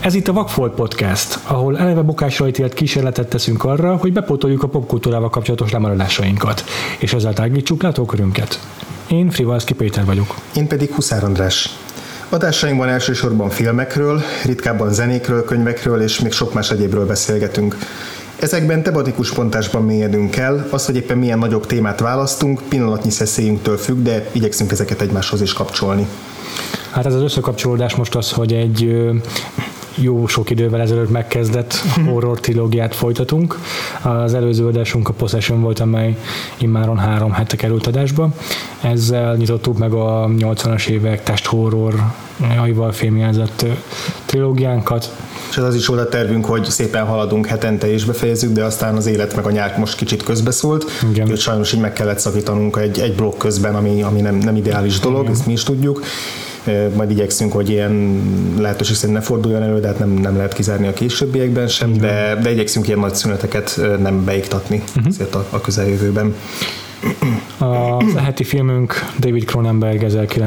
Ez itt a Vagfolt Podcast, ahol eleve bukásra ítélt kísérletet teszünk arra, hogy bepótoljuk a popkultúrával kapcsolatos lemaradásainkat, és ezzel tágítsuk látókörünket. Én Frivalszki Péter vagyok. Én pedig Huszár András. Adásainkban elsősorban filmekről, ritkábban zenékről, könyvekről és még sok más egyébről beszélgetünk. Ezekben tematikus bontásban mélyedünk el, az, hogy éppen milyen nagyobb témát választunk, pillanatnyi szeszélyünktől függ, de igyekszünk ezeket egymáshoz is kapcsolni. Hát ez az összekapcsolódás most az, hogy egy jó sok idővel ezelőtt megkezdett horror trilógiát folytatunk. Az előző adásunk a Possession volt, amely immáron 3 hete került adásba. Ezzel nyitottuk meg a 80-as évek testhorror jaival filmjelzett trilógiánkat. És az is volt a tervünk, hogy szépen haladunk hetente és befejezzük, de aztán az élet meg a nyár most kicsit közbeszólt. Úgyhogy sajnos így meg kellett szakítanunk egy blokk közben, ami nem ideális dolog, ezt mi is tudjuk. Majd igyekszünk, hogy ilyen lehetőség szerint ne forduljon elő, de hát nem lehet kizárni a későbbiekben sem, de igyekszünk ilyen nagy szüneteket nem beiktatni azért a közeljövőben. A heti filmünk David Cronenberg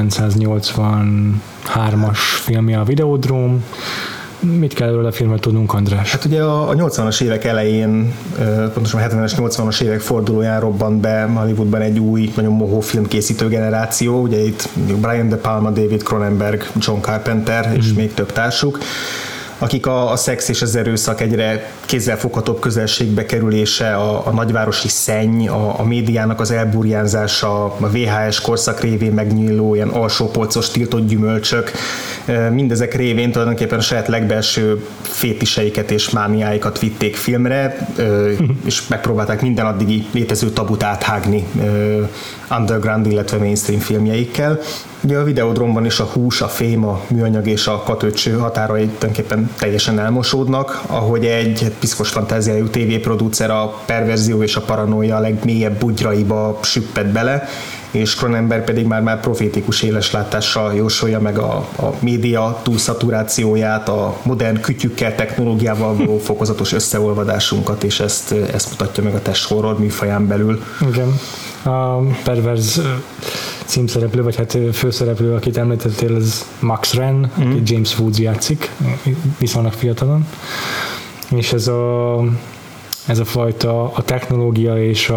1983-as filmje, a Videodrome. Mit kell erről a filmről tudnunk, András? Hát ugye a 80-as évek elején, pontosan a 70-es, 80-as évek fordulóján robbant be Hollywoodban egy új, nagyon mohó filmkészítő generáció. Ugye itt Brian De Palma, David Cronenberg, John Carpenter és még több társuk, akik a szex és az erőszak egyre kézzelfoghatóbb közelségbe kerülése, a nagyvárosi szenny, a médiának az elburjánzása, a VHS korszak révén megnyíló ilyen alsópolcos tiltott gyümölcsök, mindezek révén tulajdonképpen a saját legbelső fétiseiket és mániáikat vitték filmre, és megpróbálták minden addigi létező tabut áthágni underground, illetve mainstream filmjeikkel. Ugye a Videodromban is a hús, a fém, a műanyag és a katöcső határai tulajdonképpen teljesen elmosódnak, ahogy egy piszkos fantáziájú tévéproducer a perverzió és a paranoia a legmélyebb bugyraiba süpped bele, és Cronenberg pedig már profétikus éleslátással jósolja meg a média túlszaturációját, a modern kütyükkel, technológiával való fokozatos összeolvadásunkat, és ezt mutatja meg a testhorror műfaján belül. Igen. A perverz címszereplő, vagy hát főszereplő, akit említettél, ez Max Wren, akit James Woods játszik, viszonylag fiatalon. És ez a fajta a technológia és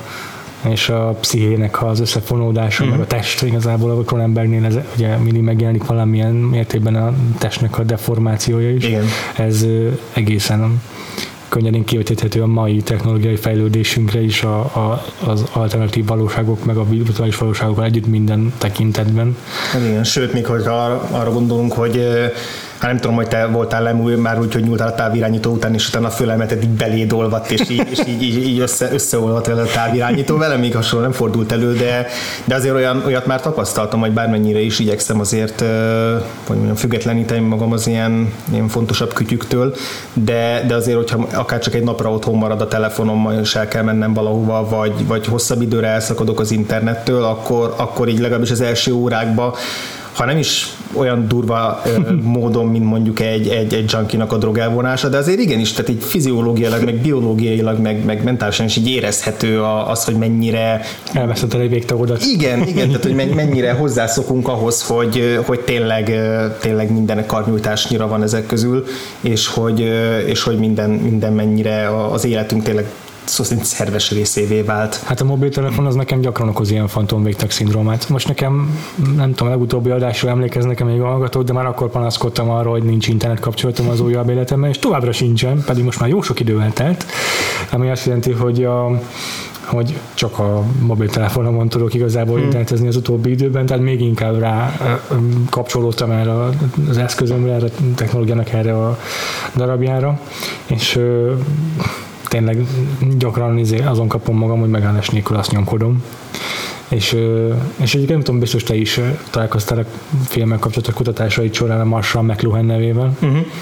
a pszichének az összefonódása, meg a test igazából a Cronenbergnél ez ugye mindig megjelenik valamilyen mértékben a testnek a deformációja is. Igen. Ez egészen könnyedén kivetíthető a mai technológiai fejlődésünkre is, az alternatív valóságok meg a virtuális valóságokkal együtt minden tekintetben. Igen, sőt, még hogyha arra gondolunk, hogy hát nem tudom, hogy te voltál már úgy, hogy nyúltál a távirányító után, és utána fölemelted, így beléd olvadt, és így összeolvadt vele a távirányító. Velem még hasonló nem fordult elő, de azért olyat már tapasztaltam, hogy bármennyire is igyekszem azért, hogy mondjam, függetleníteni magam az ilyen fontosabb kütyüktől, de azért, hogyha akár csak egy napra otthon marad a telefonom, és el kell mennem valahova, vagy hosszabb időre elszakadok az internettől, akkor így legalábbis az első órákban, ha nem is olyan durva módon, mint mondjuk egy junkinak a drogelvonása, de azért igenis, tehát így fiziológiailag, meg biológiailag, meg mentálisan is így érezhető az, hogy mennyire... Elvesztettel egy végtagodat. Igen, tehát hogy mennyire hozzászokunk ahhoz, hogy tényleg minden karnyújtásnyira van ezek közül, és hogy minden mennyire az életünk tényleg szó szerint szerves részévé vált. Hát a mobiltelefon az nekem gyakran okoz ilyen fantomvégtag szindrómát. Most nekem, nem tudom, a legutóbbi adásra emlékeznek még hallgatók, de már akkor panaszkodtam arra, hogy nincs internet kapcsolatom az újabb életemben, és továbbra sincsen, pedig most már jó sok idő eltelt, ami azt jelenti, hogy csak a mobiltelefonomon tudok igazából internetezni az utóbbi időben, tehát még inkább rá kapcsolódtam erre az eszközömre, erre a technológiának erre a darabjára, és tényleg gyakran azon kapom magam, hogy megállás nélkül azt nyomkodom. És egyébként nem tudom, biztos te is találkoztál a filmek kapcsolatos kutatásait során a Marshall McLuhan nevével.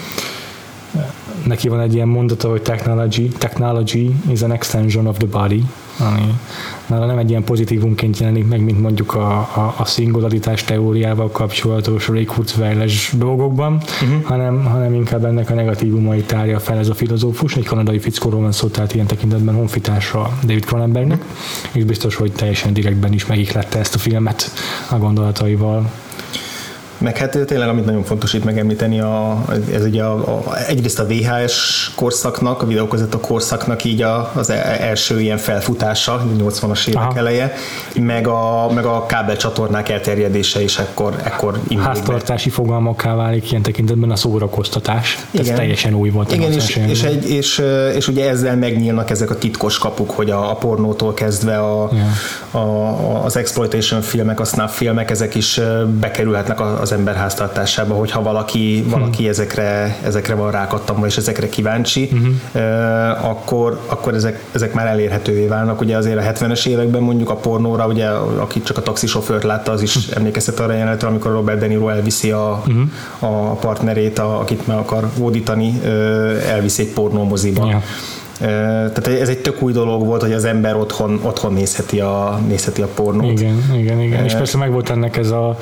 Neki van egy ilyen mondata, hogy technology is an extension of the body, ami nála nem egy ilyen pozitívumként jelenik meg, mint mondjuk a szingularitás teóriával kapcsolatos Ray Kurzweil-es dolgokban, hanem inkább ennek a negatívumait tárja fel ez a filozófus. Egy kanadai fickóról van szó, tehát ilyen tekintetben honfitársa David Cronenbergnek, és biztos, hogy teljesen direktben is megihlette ezt a filmet a gondolataival. Meg hát tényleg, amit nagyon fontos itt megemlíteni, ez ugye egyrészt a VHS korszaknak, a videókazetta korszaknak így az első ilyen felfutása, 80-as évek eleje, meg a kábelcsatornák elterjedése is ekkor háztartási fogalmakká válik ilyen tekintetben a szórakoztatás. Ez teljesen új volt. Igen, és ugye ezzel megnyílnak ezek a titkos kapuk, hogy a pornótól kezdve az exploitation filmek, a snuff filmek, ezek is bekerülhetnek az ember háztartásába, hogyha valaki ezekre van rákattam, és ezekre kíváncsi, akkor ezek már elérhetővé válnak. Ugye azért a 70-es években mondjuk a pornóra, ugye aki csak a taxisofőrt látta, az is emlékeztet arra jelenetre, amikor Robert De Niro elviszi a partnerét, akit meg akar hódítani, elviszi egy pornómoziba. Yeah. Tehát ez egy tök új dolog volt, hogy az ember otthon nézheti a pornót. Igen. És persze meg volt ennek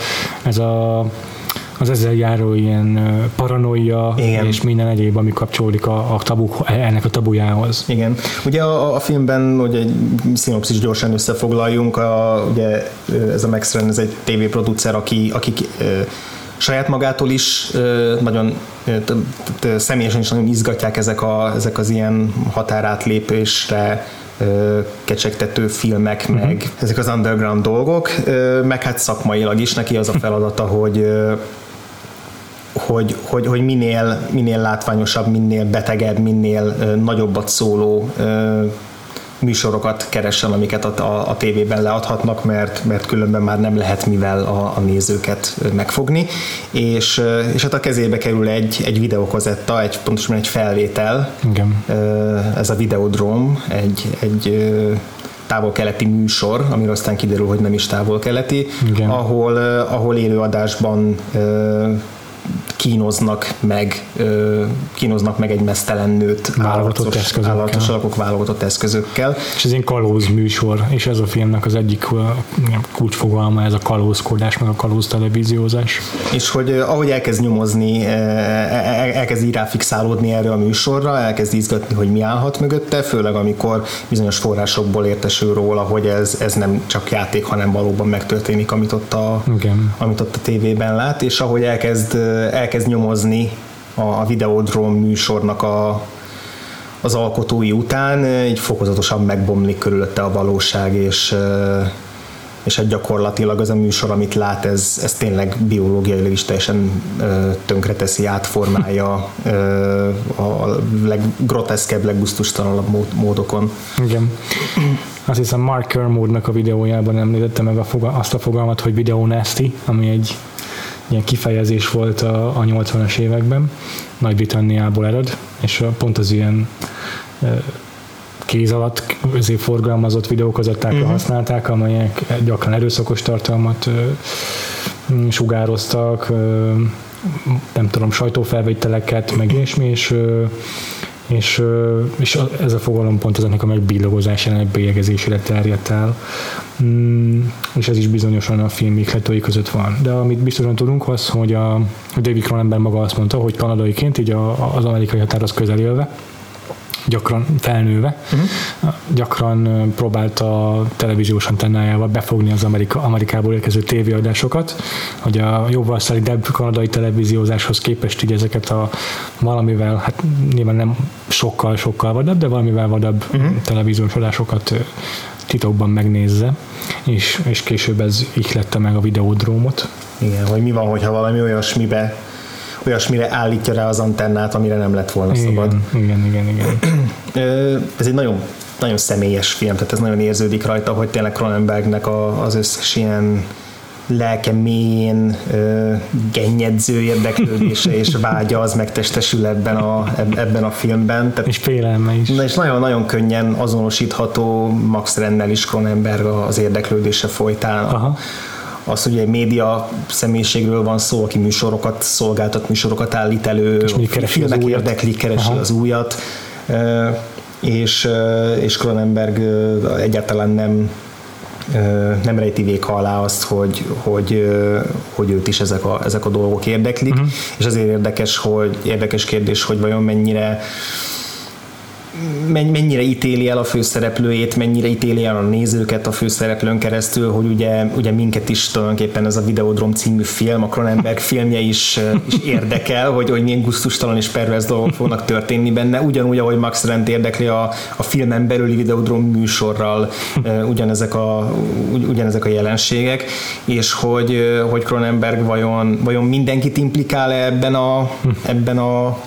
az ezzel járó ilyen paranoia, és minden egyéb, ami kapcsolódik ennek a tabujához. Igen. Ugye a filmben, hogy egy szinopszis gyorsan összefoglaljunk, ugye ez a Max Renn, ez egy tévéproducer, aki saját magától is nagyon személyesen is nagyon izgatják ezek az ilyen határátlépésre kecsegtető filmek, meg ezek az underground dolgok, meg hát szakmailag is neki az a feladata, hogy minél látványosabb, minél betegebb, minél nagyobbat szóló műsorokat keressen, amiket a tévében leadhatnak, mert különben már nem lehet mivel a nézőket megfogni, és hát a kezébe kerül egy videókazetta, pontosan egy felvétel. Igen. Ez a Videodrome, egy távol-keleti műsor, amiről aztán kiderül, hogy nem is távol-keleti, ahol élőadásban kínoznak meg egy meztelen nőt állatos alakok válogatott eszközökkel. És ez egy kalóz műsor, és ez a filmnek az egyik kulcsfogalma, ez a kalózkodás, meg a kalóz televíziózás. És hogy ahogy elkezd nyomozni, elkezd így ráfixálódni erre a műsorra, elkezd izgatni, hogy mi állhat mögötte, főleg amikor bizonyos forrásokból értesül róla, hogy ez nem csak játék, hanem valóban megtörténik, amit ott a tévében lát, és ahogy elkezd nyomozni a Videodrome műsornak az alkotói után, így fokozatosan megbomlik körülötte a valóság, és hát gyakorlatilag az a műsor, amit lát, ez tényleg biológiailag is teljesen tönkreteszi, átformálja a leggroteszkebb, leggusztustalanabb módokon. Igen. Azt hiszem Mark Kermode-nak a videójában említette meg azt a fogalmat, hogy video nasty, ami egy ilyen kifejezés volt a 80-as években, Nagy-Britanniából ered, és pont az ilyen kéz alatt forgalmazott videókazettákra használták, amelyek gyakran erőszakos tartalmat sugároztak, nem tudom, sajtófelvételeket, meg ilyesmi, és ez a fogalom pont ezeknek a megbílogozásának, bélyegezésére terjedt el, és ez is bizonyosan a film ihletői között van. De amit biztosan tudunk, az, hogy a David Cronenberg maga azt mondta, hogy kanadaiként így az amerikai határhoz közelélve, gyakran felnőve, gyakran próbálta televíziós antennájával befogni az Amerikából érkező tévéadásokat, hogy a jóval szelidebb kanadai televíziózáshoz képest így ezeket a valamivel, hát nyilván nem sokkal vadabb, de valamivel vadabb televíziós adásokat titokban megnézze, és később ez ihlette meg a Videodrómot. Igen, hogy mi van, hogyha valami olyasmire állítja rá az antennát, amire nem lett volna szabad. Igen. Ez egy nagyon, nagyon személyes film, tehát ez nagyon érződik rajta, hogy tényleg Cronenbergnek az összes ilyen lelke mélyén gennyedző érdeklődése és vágya az megtestesül ebben a filmben. Tehát, és félelme is. És nagyon-nagyon könnyen azonosítható Max Rennel is Cronenberg az érdeklődése folytán. Aha. Az, hogy egy média személyiségről van szó, aki műsorokat szolgáltat, műsorokat állít elő, filmek érdeklik, keresi az újat, és Cronenberg egyáltalán nem rejti véka alá azt, hogy őt is ezek a dolgok érdeklik, és azért érdekes kérdés, hogy vajon mennyire ítéli el a főszereplőjét, mennyire ítéli el a nézőket a főszereplőn keresztül, hogy ugye minket is tulajdonképpen ez a Videodrom című film, a Cronenberg filmje is érdekel, hogy milyen gusztustalan és perverz dolgok fognak történni benne, ugyanúgy, ahogy Max Rent érdekli a filmen belüli Videodrom műsorral ugyanezek a jelenségek, és hogy Cronenberg vajon mindenkit implikál ebben a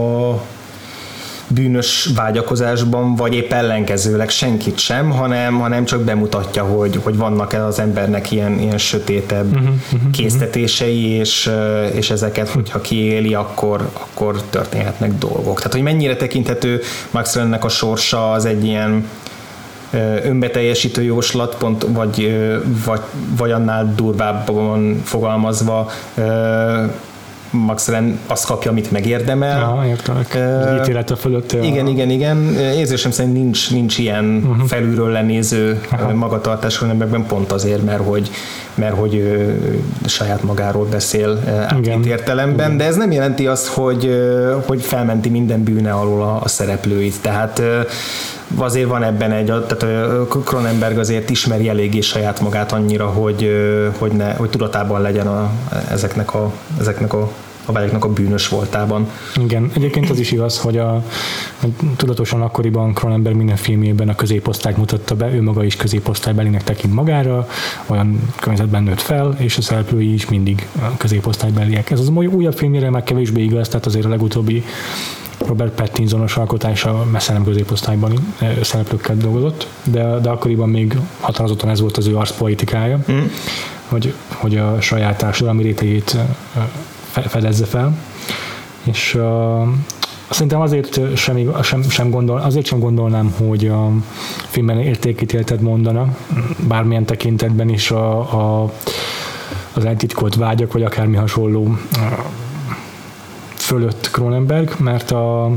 bűnös vágyakozásban, vagy épp ellenkezőleg senkit sem, hanem csak bemutatja, hogy vannak az embernek ilyen sötétebb késztetései, és ezeket, hogyha kiéli, akkor történhetnek dolgok. Tehát, hogy mennyire tekinthető Max Rentnek a sorsa az egy ilyen önbeteljesítő jóslat, vagy annál durvábban fogalmazva Max Rent azt kapja, amit megérdemel. Értelek. Az ítélete fölött. Igen. Érzésem szerint nincs ilyen felülről lenéző magatartás Cronenbergben, pont azért, mert hogy saját magáról beszél átvitt értelemben, de ez nem jelenti azt, hogy felmenti minden bűne alól a szereplőit. Tehát azért van ebben tehát Cronenberg azért ismeri eléggé saját magát annyira, hogy tudatában legyen ezeknek a vágyaknak a bűnös voltában. Igen, egyébként az is igaz, hogy tudatosan akkoriban Cronenberg minden filmjében a középosztályt mutatta be, ő maga is középosztálybelinek tekint magára, olyan környezetben nőtt fel, és a szereplői is mindig középosztálybeliek. Ez az újabb filmjére már kevésbé igaz, tehát azért a legutóbbi Robert Pattinsonos alkotása messze nem középosztályban szereplőkkel dolgozott, de akkoriban még határozottan ez volt az ő arszpolitikája, hogy a saját társadalmi rétegét fedezze fel, és szerintem azért sem gondolnám, hogy a filmben értékítéletet mondana, bármilyen tekintetben is az eltitkolt vágyak, vagy akármi hasonló fölött Cronenberg, mert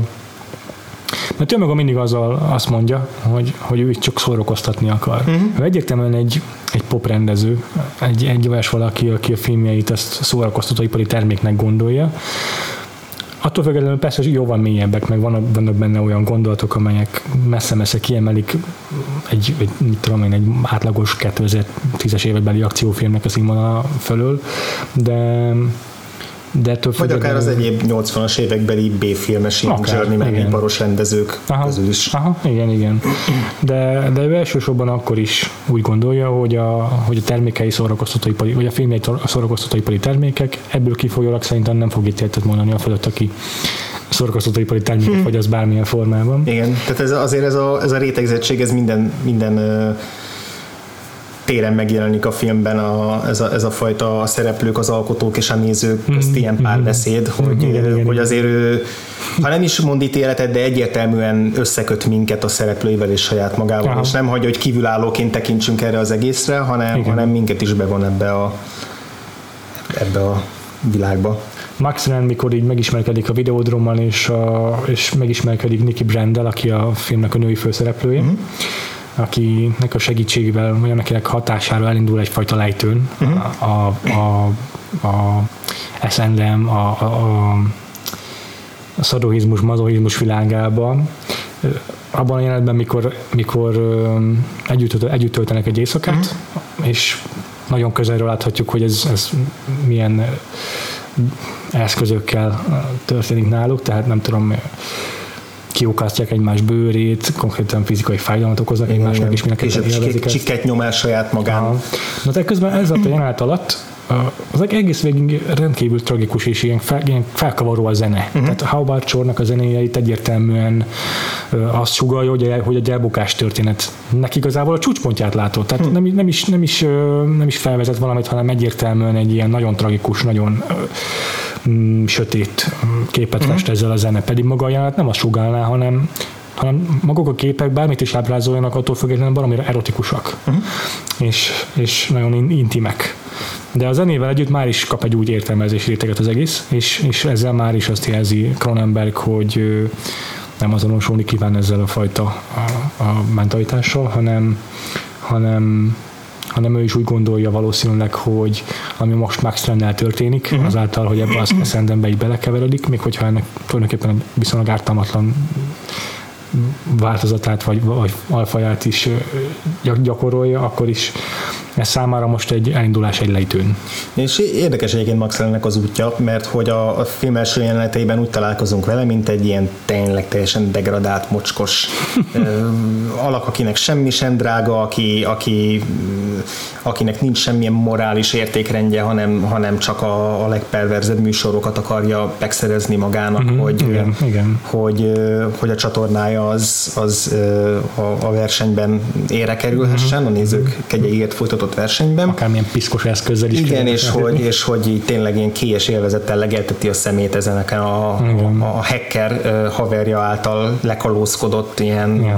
ő maga mindig azt mondja, hogy ő csak szórakoztatni akar. Ő egyértelműen egy poprendező, egy olyas valaki, aki a filmjeit ezt szórakoztatóipari terméknek gondolja. Attól függetlenül persze jóval mélyebbek, meg vannak benne olyan gondolatok, amelyek messze-messze kiemelik egy átlagos 2010-es évekbeli akciófilmnek a színvonala fölől, de vagy akár az egyéb 80-as évekbeli B-filmes ilyen journeyman iparos rendezők közül is. Igen. De ő elsősorban akkor is úgy gondolja, hogy a termékei szórakoztatóipari, vagy a filmjei szórakoztatóipari termékek, ebből kifolyólag szerintem nem fog ítéletet mondani a fölött, aki szórakoztatóipari termékek, vagy az bármilyen formában. Igen, tehát azért ez a rétegzettség, ez minden téren megjelenik a filmben ez a fajta szereplők, az alkotók és a nézők közt ilyen párbeszéd, hogy azért ő, ha nem is mond ítéletet, de egyértelműen összeköt minket a szereplőivel és saját magával, és nem hagyja, hogy kívülállóként tekintsünk erre az egészre, hanem minket is bevon ebbe a világba. Max Rent, mikor így megismerkedik a Videodrommal, és megismerkedik Nikki Brandel, aki a filmnek a női főszereplője, akinek a segítségével, vagy annak hatására elindul egyfajta lejtőn a SNM, a szadohizmus, mazohizmus világában. Abban a jelenetben, mikor együtt töltenek egy éjszakát, és nagyon közelről láthatjuk, hogy ez milyen eszközökkel történik náluk, tehát nem tudom, kiukasztják egymás bőrét, konkrétan fizikai fájdalmat okoznak egymásnak, és mindenképpen élvezik ezt. Csikket nyomás saját magán. Na de közben ez a jelenet alatt az egész végig rendkívül tragikus és ilyen felkavaró a zene. Tehát a Howard Shore-nak a zenéje itt egyértelműen azt sugallja, hogy egy elbukás történetnek igazából a csúcspontját látod. Tehát nem is felvezet valamit, hanem egyértelműen egy ilyen nagyon tragikus, nagyon sötét képet fest ezzel a zene. Pedig maga a jelenet nem azt sugallná, hanem maguk a képek bármit is ábrázoljanak, attól függetlenül valamire erotikusak. És nagyon intimek. De a zenével együtt már is kap egy úgy értelmezési réteget az egész, és ezzel már is azt jelzi Cronenberg, hogy nem azonosulni kíván ezzel a fajta a mentalitással, hanem ő is úgy gondolja valószínűleg, hogy ami most Max Rentnel történik, azáltal, hogy ebbe az eszendembe így belekeveredik, még hogyha ennek tulajdonképpen egy viszonylag ártalmatlan változatát vagy alfaját is gyakorolja, akkor is ez számára most egy elindulás egy lejtőn. És érdekes egyébként Max Allennek az útja, mert hogy a film első jeleneteiben úgy találkozunk vele, mint egy ilyen tényleg teljesen degradált, mocskos alak, akinek semmi sem drága, akinek nincs semmilyen morális értékrendje, hanem csak a legperverzebb műsorokat akarja megszerezni magának, hogy a csatornája az a versenyben ére kerülhessen, a nézők kegyeiért folytatott versenyben. Akármilyen piszkos eszközzel is. Igen, és hogy így tényleg ilyen kélyes élvezettel legelteti a szemét ezeneken a hacker haverja által lekalózkodott ilyen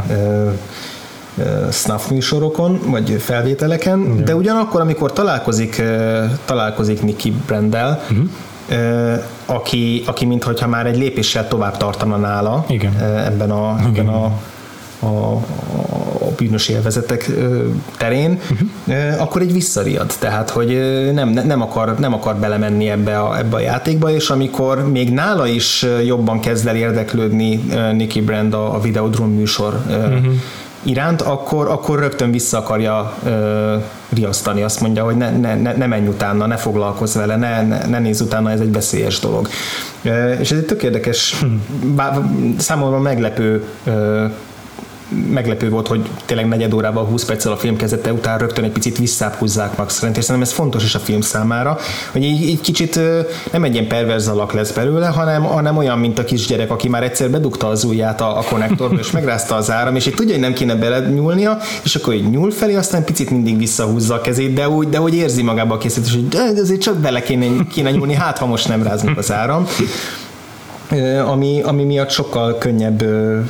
snuff műsorokon, vagy felvételeken, de ugyanakkor, amikor találkozik Nicky Brandel, aki minthogyha már egy lépéssel tovább tartana nála ebben a bűnös élvezetek terén, akkor így visszariad. Tehát, hogy nem akar belemenni ebbe a játékba, és amikor még nála is jobban kezd el érdeklődni Nicky Brand a Videodrome műsor iránt, akkor rögtön vissza akarja riasztani, azt mondja, hogy ne menj utána, ne foglalkozz vele, ne nézz utána, ez egy veszélyes dolog. És ez egy tök érdekes, számomra meglepő volt, hogy tényleg negyed órával, 20 perccel a film kezdete után rögtön egy picit visszább húzzák Max Allent, és szerintem ez fontos is a film számára, hogy egy kicsit nem egy ilyen perverz alak lesz belőle, hanem olyan, mint a kisgyerek, aki már egyszer bedugta az ujját a konnektorba, és megrázta az áram, és így tudja, hogy nem kéne belenyúlnia, és akkor így nyúl felé, aztán picit mindig visszahúzza a kezét, de hogy érzi magába a készítés, hogy azért csak bele kéne nyúlni, hát ha most nem ráz meg az áram. Ami miatt sokkal könnyebb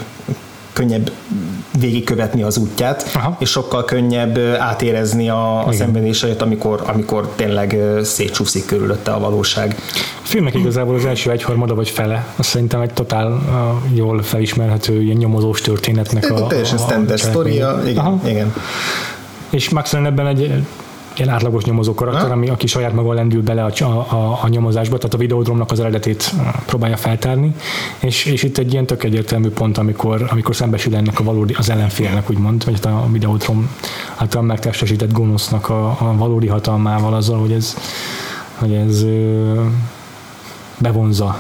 végigkövetni az útját, és sokkal könnyebb átérezni a szenvedéseit, amikor tényleg szétcsúszik körülötte a valóság. A filmnek igazából az első egyharmada vagy fele, azt szerintem egy totál jól felismerhető ilyen nyomozós történetnek teljesen standard sztoria, igen. És Max Allen ebben egy ilyen átlagos nyomozó karakter, aki saját maga lendül bele a nyomozásba, tehát a Videodrome-nak az eredetét próbálja feltárni, és itt egy ilyen tök egyértelmű pont, amikor szembesül ennek az ellenfélnek, úgymond, vagy a Videodrome által megtestesített gonosznak a valódi hatalmával, azzal, hogy ez bevonza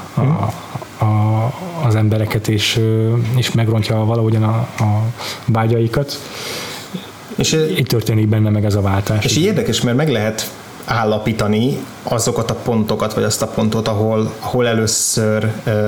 az embereket, és megrontja valahogyan a vágyaikat. És itt történik benne meg ez a váltás. És így érdekes, mert meg lehet állapítani azokat a pontokat, vagy azt a pontot, ahol először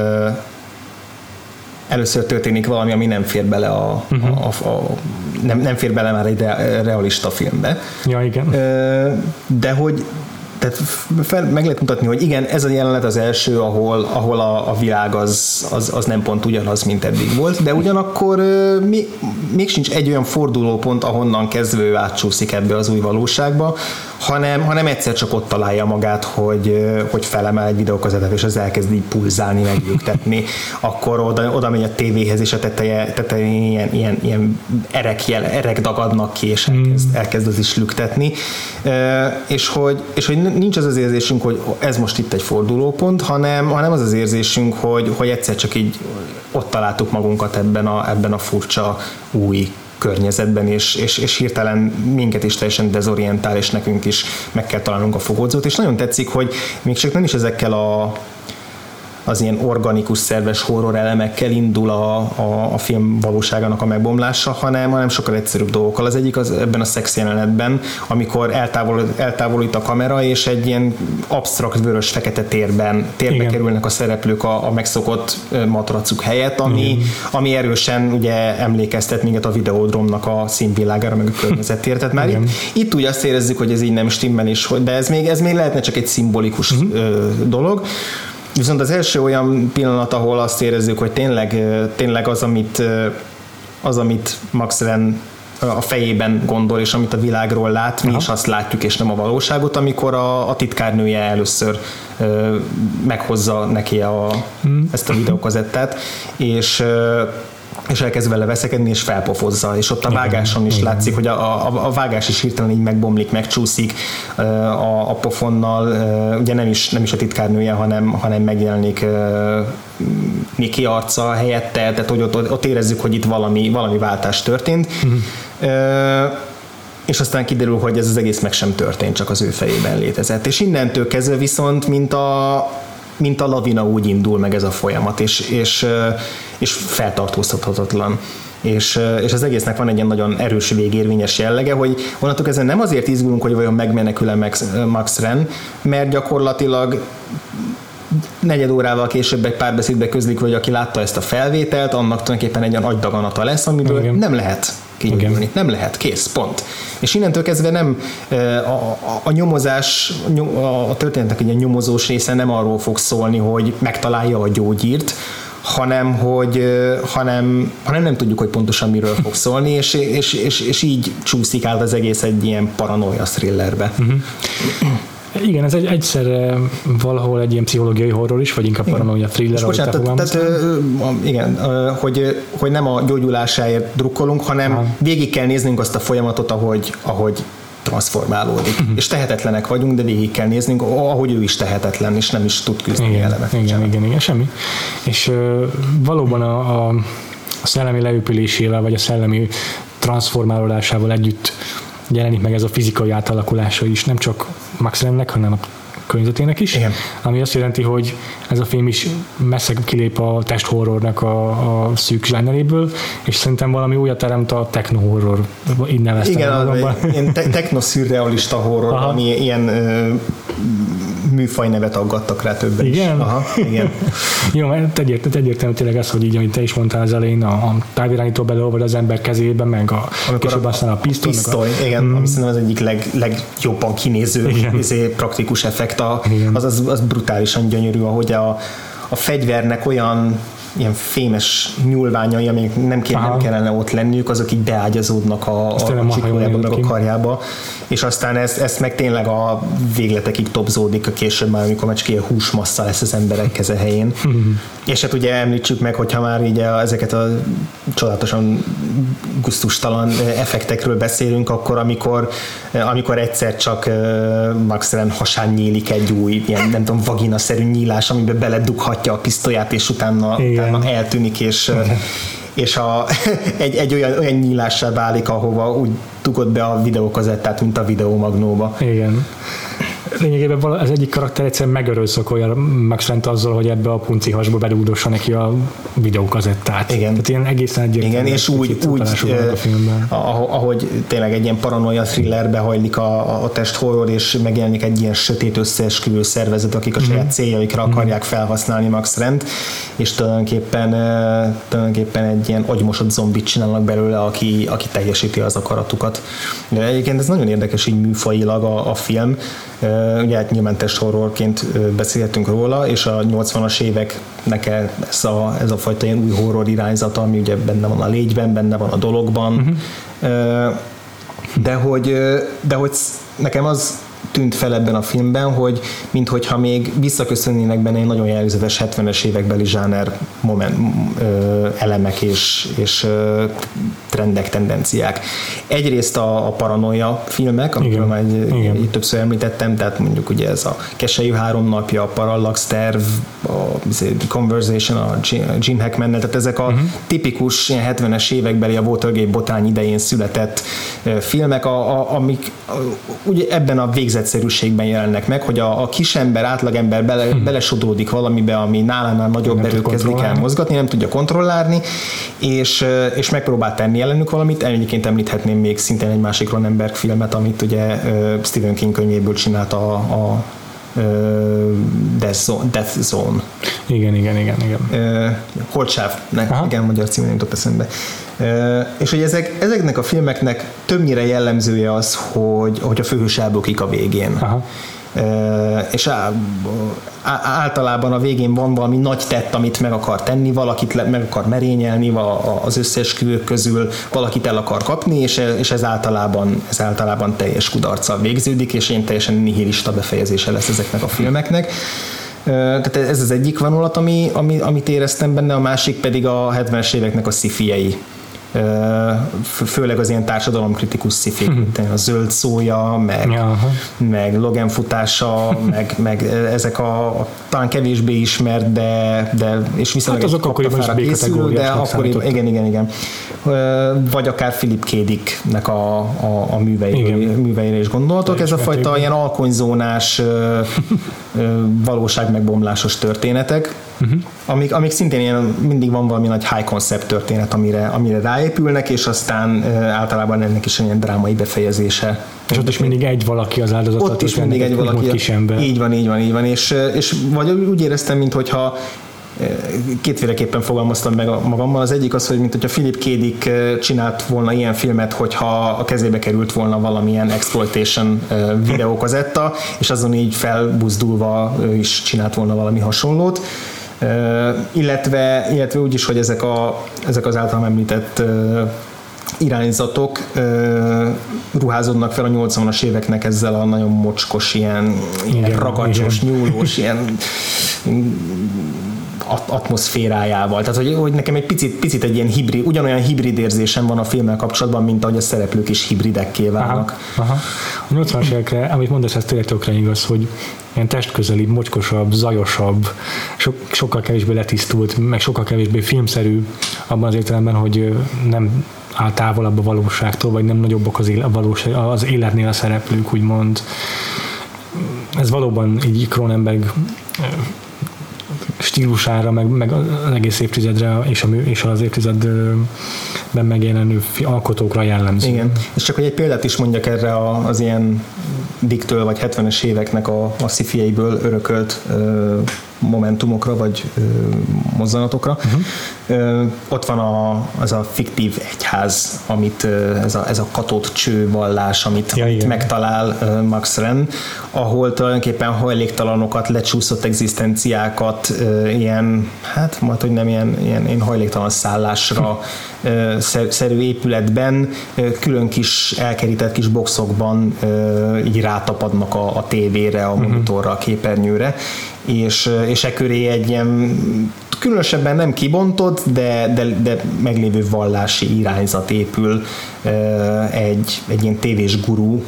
történik valami, ami nem fér bele nem fér bele már egy realista filmbe. Ja, igen. De hogy tehát meg lehet mutatni, hogy igen, ez a jelenet az első, ahol a világ az nem pont ugyanaz, mint eddig volt, de ugyanakkor még sincs egy olyan fordulópont, ahonnan kezdve átcsúszik ebbe az új valóságba, hanem egyszer csak ott találja magát, hogy felemel egy videókazetet, és az elkezd így pulzálni, meglüktetni, akkor oda megy a tévéhez, és a tetején ilyen erek dagadnak ki, és elkezd az is lüktetni, és hogy nincs az érzésünk, hogy ez most itt egy fordulópont, hanem az az érzésünk, hogy egyszer csak így ott találtuk magunkat ebben a furcsa új környezetben, és hirtelen minket is teljesen dezorientál, és nekünk is meg kell találnunk a fogódzót, és nagyon tetszik, hogy még csak nem is ezekkel az ilyen organikus, szerves horror elemekkel indul a film valóságának a megbomlása, hanem sokkal egyszerűbb dolgokkal. Az egyik ebben a szex jelenetben, amikor eltávolít a kamera, és egy ilyen absztrakt vörös-fekete térbe kerülnek a szereplők a megszokott matracuk helyett, ami erősen ugye emlékeztet minket a Videodrome-nak a színvilágára, meg a környezetére. Tehát már itt úgy azt érezzük, hogy ez így nem stimmel, de ez még lehetne csak egy szimbolikus dolog. Viszont az első olyan pillanat, ahol azt érezzük, hogy tényleg az, amit Max Allen a fejében gondol, és amit a világról lát, mi is azt látjuk, és nem a valóságot, amikor a titkárnője először meghozza neki ezt a videókazettát, és elkezd vele veszekedni, és felpofozza, és ott a vágáson is látszik, hogy a vágás is hirtelen így megbomlik, megcsúszik a pofonnal, ugye nem is a titkárnője, hanem megjelenik Mickey arca helyette, tehát hogy ott érezzük, hogy itt valami váltás történt. És aztán kiderül, hogy ez az egész meg sem történt, csak az ő fejében létezett. És innentől kezdve viszont, mint a lavina úgy indul meg ez a folyamat, és feltartóztathatatlan. És az egésznek van egy ilyen nagyon erős végérvényes jellege, hogy onnantól kezdve nem azért izgulunk, hogy vajon megmenekül-e Max Ren, mert gyakorlatilag negyed órával később egy párbeszédbe közlik, hogy aki látta ezt a felvételt, annak tulajdonképpen egy olyan agydaganata lesz, amiből igen. Nem lehet kinyúlni. Nem lehet, kész, pont. És innentől kezdve nem a nyomozás, a történetnek egy nyomozós része nem arról fog szólni, hogy megtalálja a gyógyírt, hanem nem tudjuk, hogy pontosan miről fog szólni, és így csúszik át az egész egy ilyen paranoia thrillerbe. Igen, ez egyszerre valahol egy ilyen pszichológiai horror is, vagy inkább paranoia thriller, ahogy te fogalmaztál. Igen, hogy nem a gyógyulásáért drukkolunk, hanem végig kell néznünk azt a folyamatot, ahogy transformálódik. És tehetetlenek vagyunk, de végig kell néznünk, ahogy ő is tehetetlen, és nem is tud küzdeni elemek. Igen, semmi. És valóban a szellemi leépülésével, vagy a szellemi transformálódásával együtt jelenik meg ez a fizikai átalakulása is, nem csak Max Rennek, hanem a környezetének is, igen. Ami azt jelenti, hogy ez a film is messze kilép a testhorrornak a szűk zsáneréből, és szerintem valami újat teremt a techno-horror, így neveztem. Igen, ilyen techno-szürrealista horror, ami ilyen műfajnevet aggattak rá többen is. Igen. Jó, mert egyértelmű tényleg ez, hogy így, amit te is mondtál az elején, a távirányító beleolvad az ember kezébe, meg később aztán a pisztoly. Igen, ami szerintem az egyik legjobban kinéző praktikus effekt. Az brutálisan gyönyörű, ahogy a fegyvernek olyan ilyen fémes nyúlványai, amik nem kellene ott lenniük, azok így beágyazódnak a csikójába, meg a karjába, és aztán ezt meg tényleg a végletekig topzódik a később már, amikor már csak ilyen húsmassza lesz az emberek keze helyén. És hát ugye említsük meg, hogyha már így ezeket a csodálatosan gusztustalan effektekről beszélünk, akkor amikor egyszer csak Max Ren hasán nyílik egy új, ilyen nem tudom, vagina-szerű nyílás, amiben beledughatja a pisztolyát, és utána eltűnik, és egy olyan nyílással válik, ahova úgy dugod be a videókazettát, mint a videómagnóba. Igen. Lényegében az egyik karakter egyszerűen megerőszakolja Max Rent azzal, hogy ebbe a punci hasba bedugdossa neki a videókazettát. Igen. Tehát ilyen egészen egyértelmű. Igen, és úgy ahogy tényleg egy ilyen paranoia thrillerbe hajlik a testhorror, és megjelenik egy ilyen sötét összeesküvő szervezet, akik a saját céljaikra akarják felhasználni Max Rent, és tulajdonképpen egy ilyen agymosott zombit csinálnak belőle, aki teljesíti az akaratukat. De egyébként ez nagyon érdekes így műfajilag a film. Ugye hát nyilván testhorrorként beszélhetünk róla, és a 80-as éveknek ez a fajta ilyen új horror irányzata, ami ugye benne van a légyben, benne van a dologban, de hogy nekem az tűnt fel ebben a filmben, hogy minthogyha még visszaköszönnének benne egy nagyon jellegzetes 70-es évekbeli zsáner elemek és trendek, tendenciák. Egyrészt a paranoia filmek, amikről már így többször említettem, tehát mondjuk ugye ez a Keselyű 3 napja, a Parallax terv, a Conversation, a Gene Hackmannel, tehát ezek a tipikus 70-es évekbeli, a Watergate botrány idején született filmek, amik ugye ebben a végzetszerűségben jelennek meg, hogy a kisember, átlagember belesodródik valamibe, ami nálánál nagyobb erőt kezdik el mozgatni, nem tudja kontrollálni, és megpróbál tenni ellenük valamit. Egyébként említhetném még szintén egy másik Cronenberg filmet, amit ugye Stephen King könyvéből csinált a Death Zone. Igen. Holtsáv, igen, magyar címén jutott eszembe. És hogy ezeknek a filmeknek többnyire jellemzője az, hogy a főhős elbukik a végén. És általában a végén van valami nagy tett, amit meg akar tenni, valakit meg akar merényelni az összeesküvők közül, valakit el akar kapni, és ez általában teljes kudarccal végződik, és ilyen teljesen nihilista befejezése lesz ezeknek a filmeknek. Tehát ez az egyik vonulat, amit éreztem benne, a másik pedig a 70-es éveknek a sci-fiei főleg az ilyen társadalomkritikus szifik, mint a Zöld szója, meg Logan futása, meg ezek a talán kevésbé ismert, de és viszonylag azok akkoriban is készül, de akkoriban, igen. Vagy akár Philip K. Dicknek a műveire is gondoltok. Ez a fajta ilyen alkonyzónás valóságmegbomlásos történetek, amik szintén ilyen, mindig van valami nagy high concept történet, amire ráépülnek, és aztán általában ennek is ilyen drámai befejezése. És ott is mindig egy valaki az áldozat. Ott is mindig egy valaki. Így van. És vagy úgy éreztem, minthogyha kétféleképpen fogalmaztam meg magammal. Az egyik az, hogy mint hogyha Philip K. Dick csinált volna ilyen filmet, hogyha a kezébe került volna valamilyen exploitation videókazetta, és azon így felbuzdulva is csinált volna valami hasonlót. Illetve úgy is, hogy ezek az általam említett irányzatok ruházódnak fel a 80-as éveknek ezzel a nagyon mocskos, ilyen ragacsos, nyúlós, ilyen atmoszférájával. Tehát, hogy nekem egy picit egy ilyen hibrid, ugyanolyan hibrid érzésem van a filmmel kapcsolatban, mint ahogy a szereplők is hibridekké válnak. Aha. A 80-as évekre, amit mondasz, ez tényleg tökre igaz, hogy ilyen testközelibb, mocskosabb, zajosabb, sokkal kevésbé letisztult, meg sokkal kevésbé filmszerű abban az értelemben, hogy nem áll távolabb a valóságtól, vagy nem nagyobbak az életnél a szereplők, úgymond. Ez valóban így Cronenberg stílusára, meg az egész évtizedre és az évtizedben megjelenő alkotókra jellemző. Igen, és csak hogy egy példát is mondjak erre az ilyen Dicktől vagy 70-es éveknek a sci-fi-eiből örökölt momentumokra, vagy mozzanatokra. Ott van az a fiktív egyház, amit ez a katót csővallás, amit megtalál Max Renn, ahol tulajdonképpen hajléktalanokat, lecsúszott egzisztenciákat ilyen, hát majd, hogy nem ilyen hajléktalan szállásra szerű épületben külön kis elkerített kis boxokban így rátapadnak a tévére, a monitorra, a képernyőre, és e köré egy ilyen különösebben nem kibontott, de meglévő vallási irányzat épül egy ilyen tévés gurú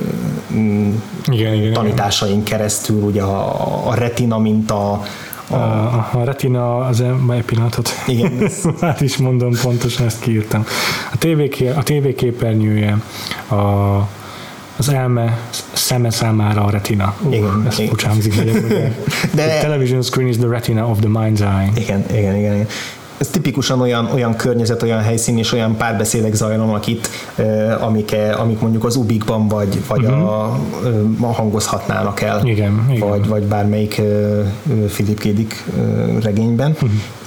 tanításain keresztül, ugye a retina, mint a retina, egy pillanatot. Igen. Hát is mondom, pontosan ezt kiírtam. A tévéképernyője, az elme szeme számára a retina. Igen. Ez furcsa hangzik, de the television screen is the retina of the mind's eye. Igen. Ez tipikusan olyan környezet, olyan helyszín és olyan párbeszédek zajlanak itt, amik mondjuk az Ubikban vagy a hangozhatnának el. Igen. Vagy bármelyik Philip K. Dick regényben.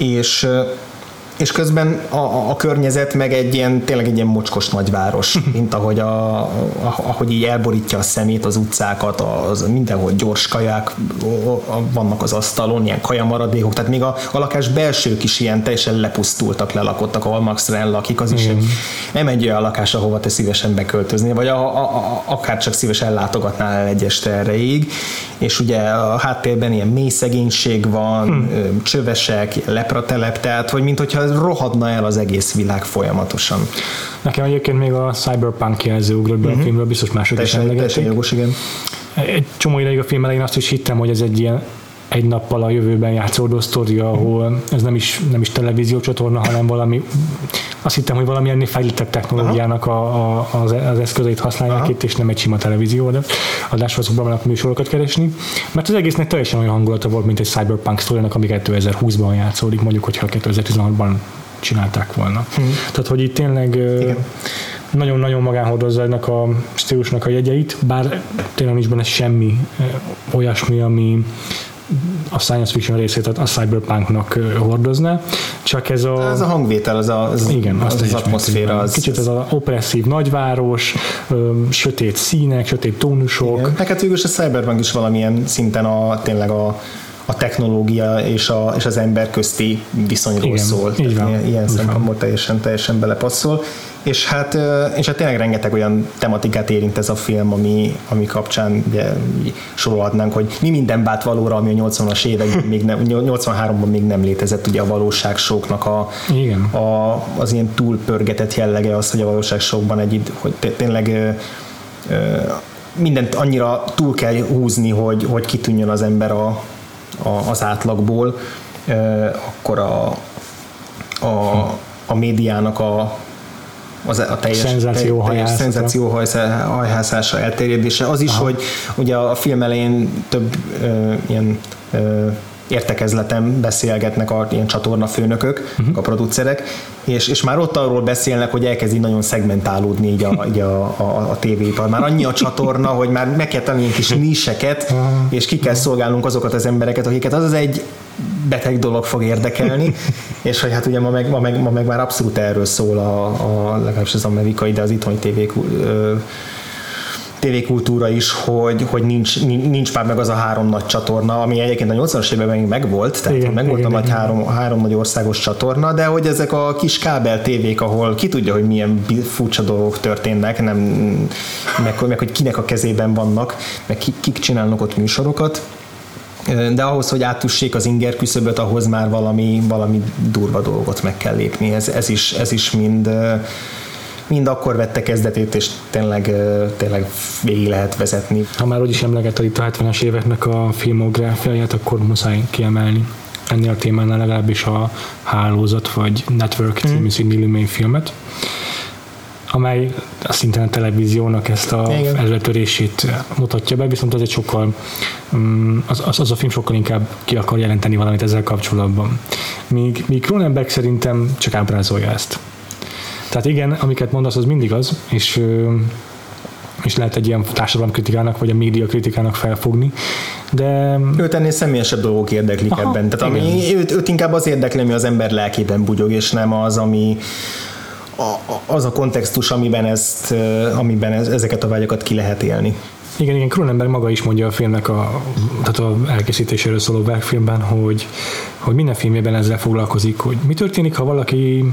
És közben a környezet meg tényleg egy ilyen mocskos nagyváros, mint ahogy így elborítja a szemét az utcákat, mindenhol gyors kaják vannak az asztalon, ilyen kajamaradékok, tehát még a lakás belsők is ilyen teljesen lepusztultak, lelakottak, ahol Max Renn lakik, az is nem egy olyan lakás, ahova te szívesen beköltözni, vagy akár csak szívesen látogatnál el egy este erejéig, és ugye a háttérben ilyen mély szegénység van, csövesek, lepratelep, tehát hogy minthogyha rohadna el az egész világ folyamatosan. Nekem egyébként még a cyberpunk jelző ugrott be a filmről, biztos mások is emlegették. Teljesen jogos, igen. Egy csomó ideig a film elején azt is hittem, hogy ez egy ilyen egy nappal a jövőben játszódó sztoria, ahol ez nem is televíziócsatorna, hanem valami, azt hittem, hogy valami ennél fejlettebb technológiának az eszközeit használják itt, és nem egy sima televízió, de adásra azokban vannak műsorokat keresni, mert az egésznek teljesen olyan hangulata volt, mint egy cyberpunk sztoriának, ami 2020-ban játszódik, mondjuk, hogyha 2016-ban csinálták volna. Tehát, hogy itt tényleg nagyon-nagyon magán hordozza ennek a stílusnak a jegyeit, bár tényleg nincs benne semmi olyasmi, ami a science fiction részét, tehát a cyberpunknak hordozna, csak ez a hangvétel, az atmoszféra. Kicsit ez az opresszív nagyváros, sötét színek, sötét tónusok. Hát végülis a cyberpunk is valamilyen szinten tényleg a technológia és az ember közti viszonyról igen, szól. Ilyen szempontból teljesen belepasszol. És hát tényleg rengeteg olyan tematikát érint ez a film, ami kapcsán ugye sorolhatnánk, hogy mi minden vált valóra, ami a 80-as években még nem, 83-ban még nem létezett, ugye a valóságsóknak az ilyen túlpörgetett jellege az, hogy a valóságsókban hogy tényleg mindent annyira túl kell húzni, hogy kitűnjön az ember az átlagból, akkor a médiának a teljes szenzációhajhászása, elterjedése. Az is, hogy ugye a film elején több ilyen értekezleten beszélgetnek ilyen csatornafőnökök, a producerek, és már ott arról beszélnek, hogy elkezdi nagyon szegmentálódni így a tévéipar. Már annyi a csatorna, hogy már meg kell tanulni kis niseket, és ki kell szolgálnunk azokat az embereket, akiket az egy beteg dolog fog érdekelni, és hogy hát ugye ma meg már abszolút erről szól legalábbis az amerikai, de az itthoni tévékultúra is, hogy nincs már meg az a 3 nagy csatorna, ami egyébként a 80-as években még megvolt, tehát megvolt a nagy három nagy országos csatorna, de hogy ezek a kis kábel tévék, ahol ki tudja, hogy milyen furcsa dolgok történnek, meg hogy kinek a kezében vannak, meg kik csinálnak ott műsorokat, de ahhoz, hogy átüssék az inger küszöböt, ahhoz már valami durva dolgot meg kell lépni. Ez is mind akkor vette kezdetét, és tényleg végig lehet vezetni. Ha már úgyis emlegetted itt a 70-es éveknek a filmográfiáját, akkor muszáj kiemelni ennél a témánál legalábbis a Hálózat vagy Network című Sidney Lumet filmet, amely szintén a televíziónak ezt a előtörését mutatja be, viszont az egy sokkal az a film sokkal inkább ki akar jelenteni valamit ezzel kapcsolatban. Míg Cronenberg szerintem csak ábrázolja ezt. Tehát igen, amiket mondasz, az mindig az, és lehet egy ilyen társadalomkritikának, vagy a média kritikának felfogni, de... Őt ennél személyesebb dolgok érdeklik ebben. Tehát őt inkább az érdekli, ami az ember lelkében bugyog, és nem az, ami az a kontextus, amiben ezeket a vágyakat ki lehet élni. Igen, Cronenberg maga is mondja a filmnek tehát a elkészítéséről szóló Berg-filmben, hogy minden filmjében ezzel foglalkozik, hogy mi történik, ha valaki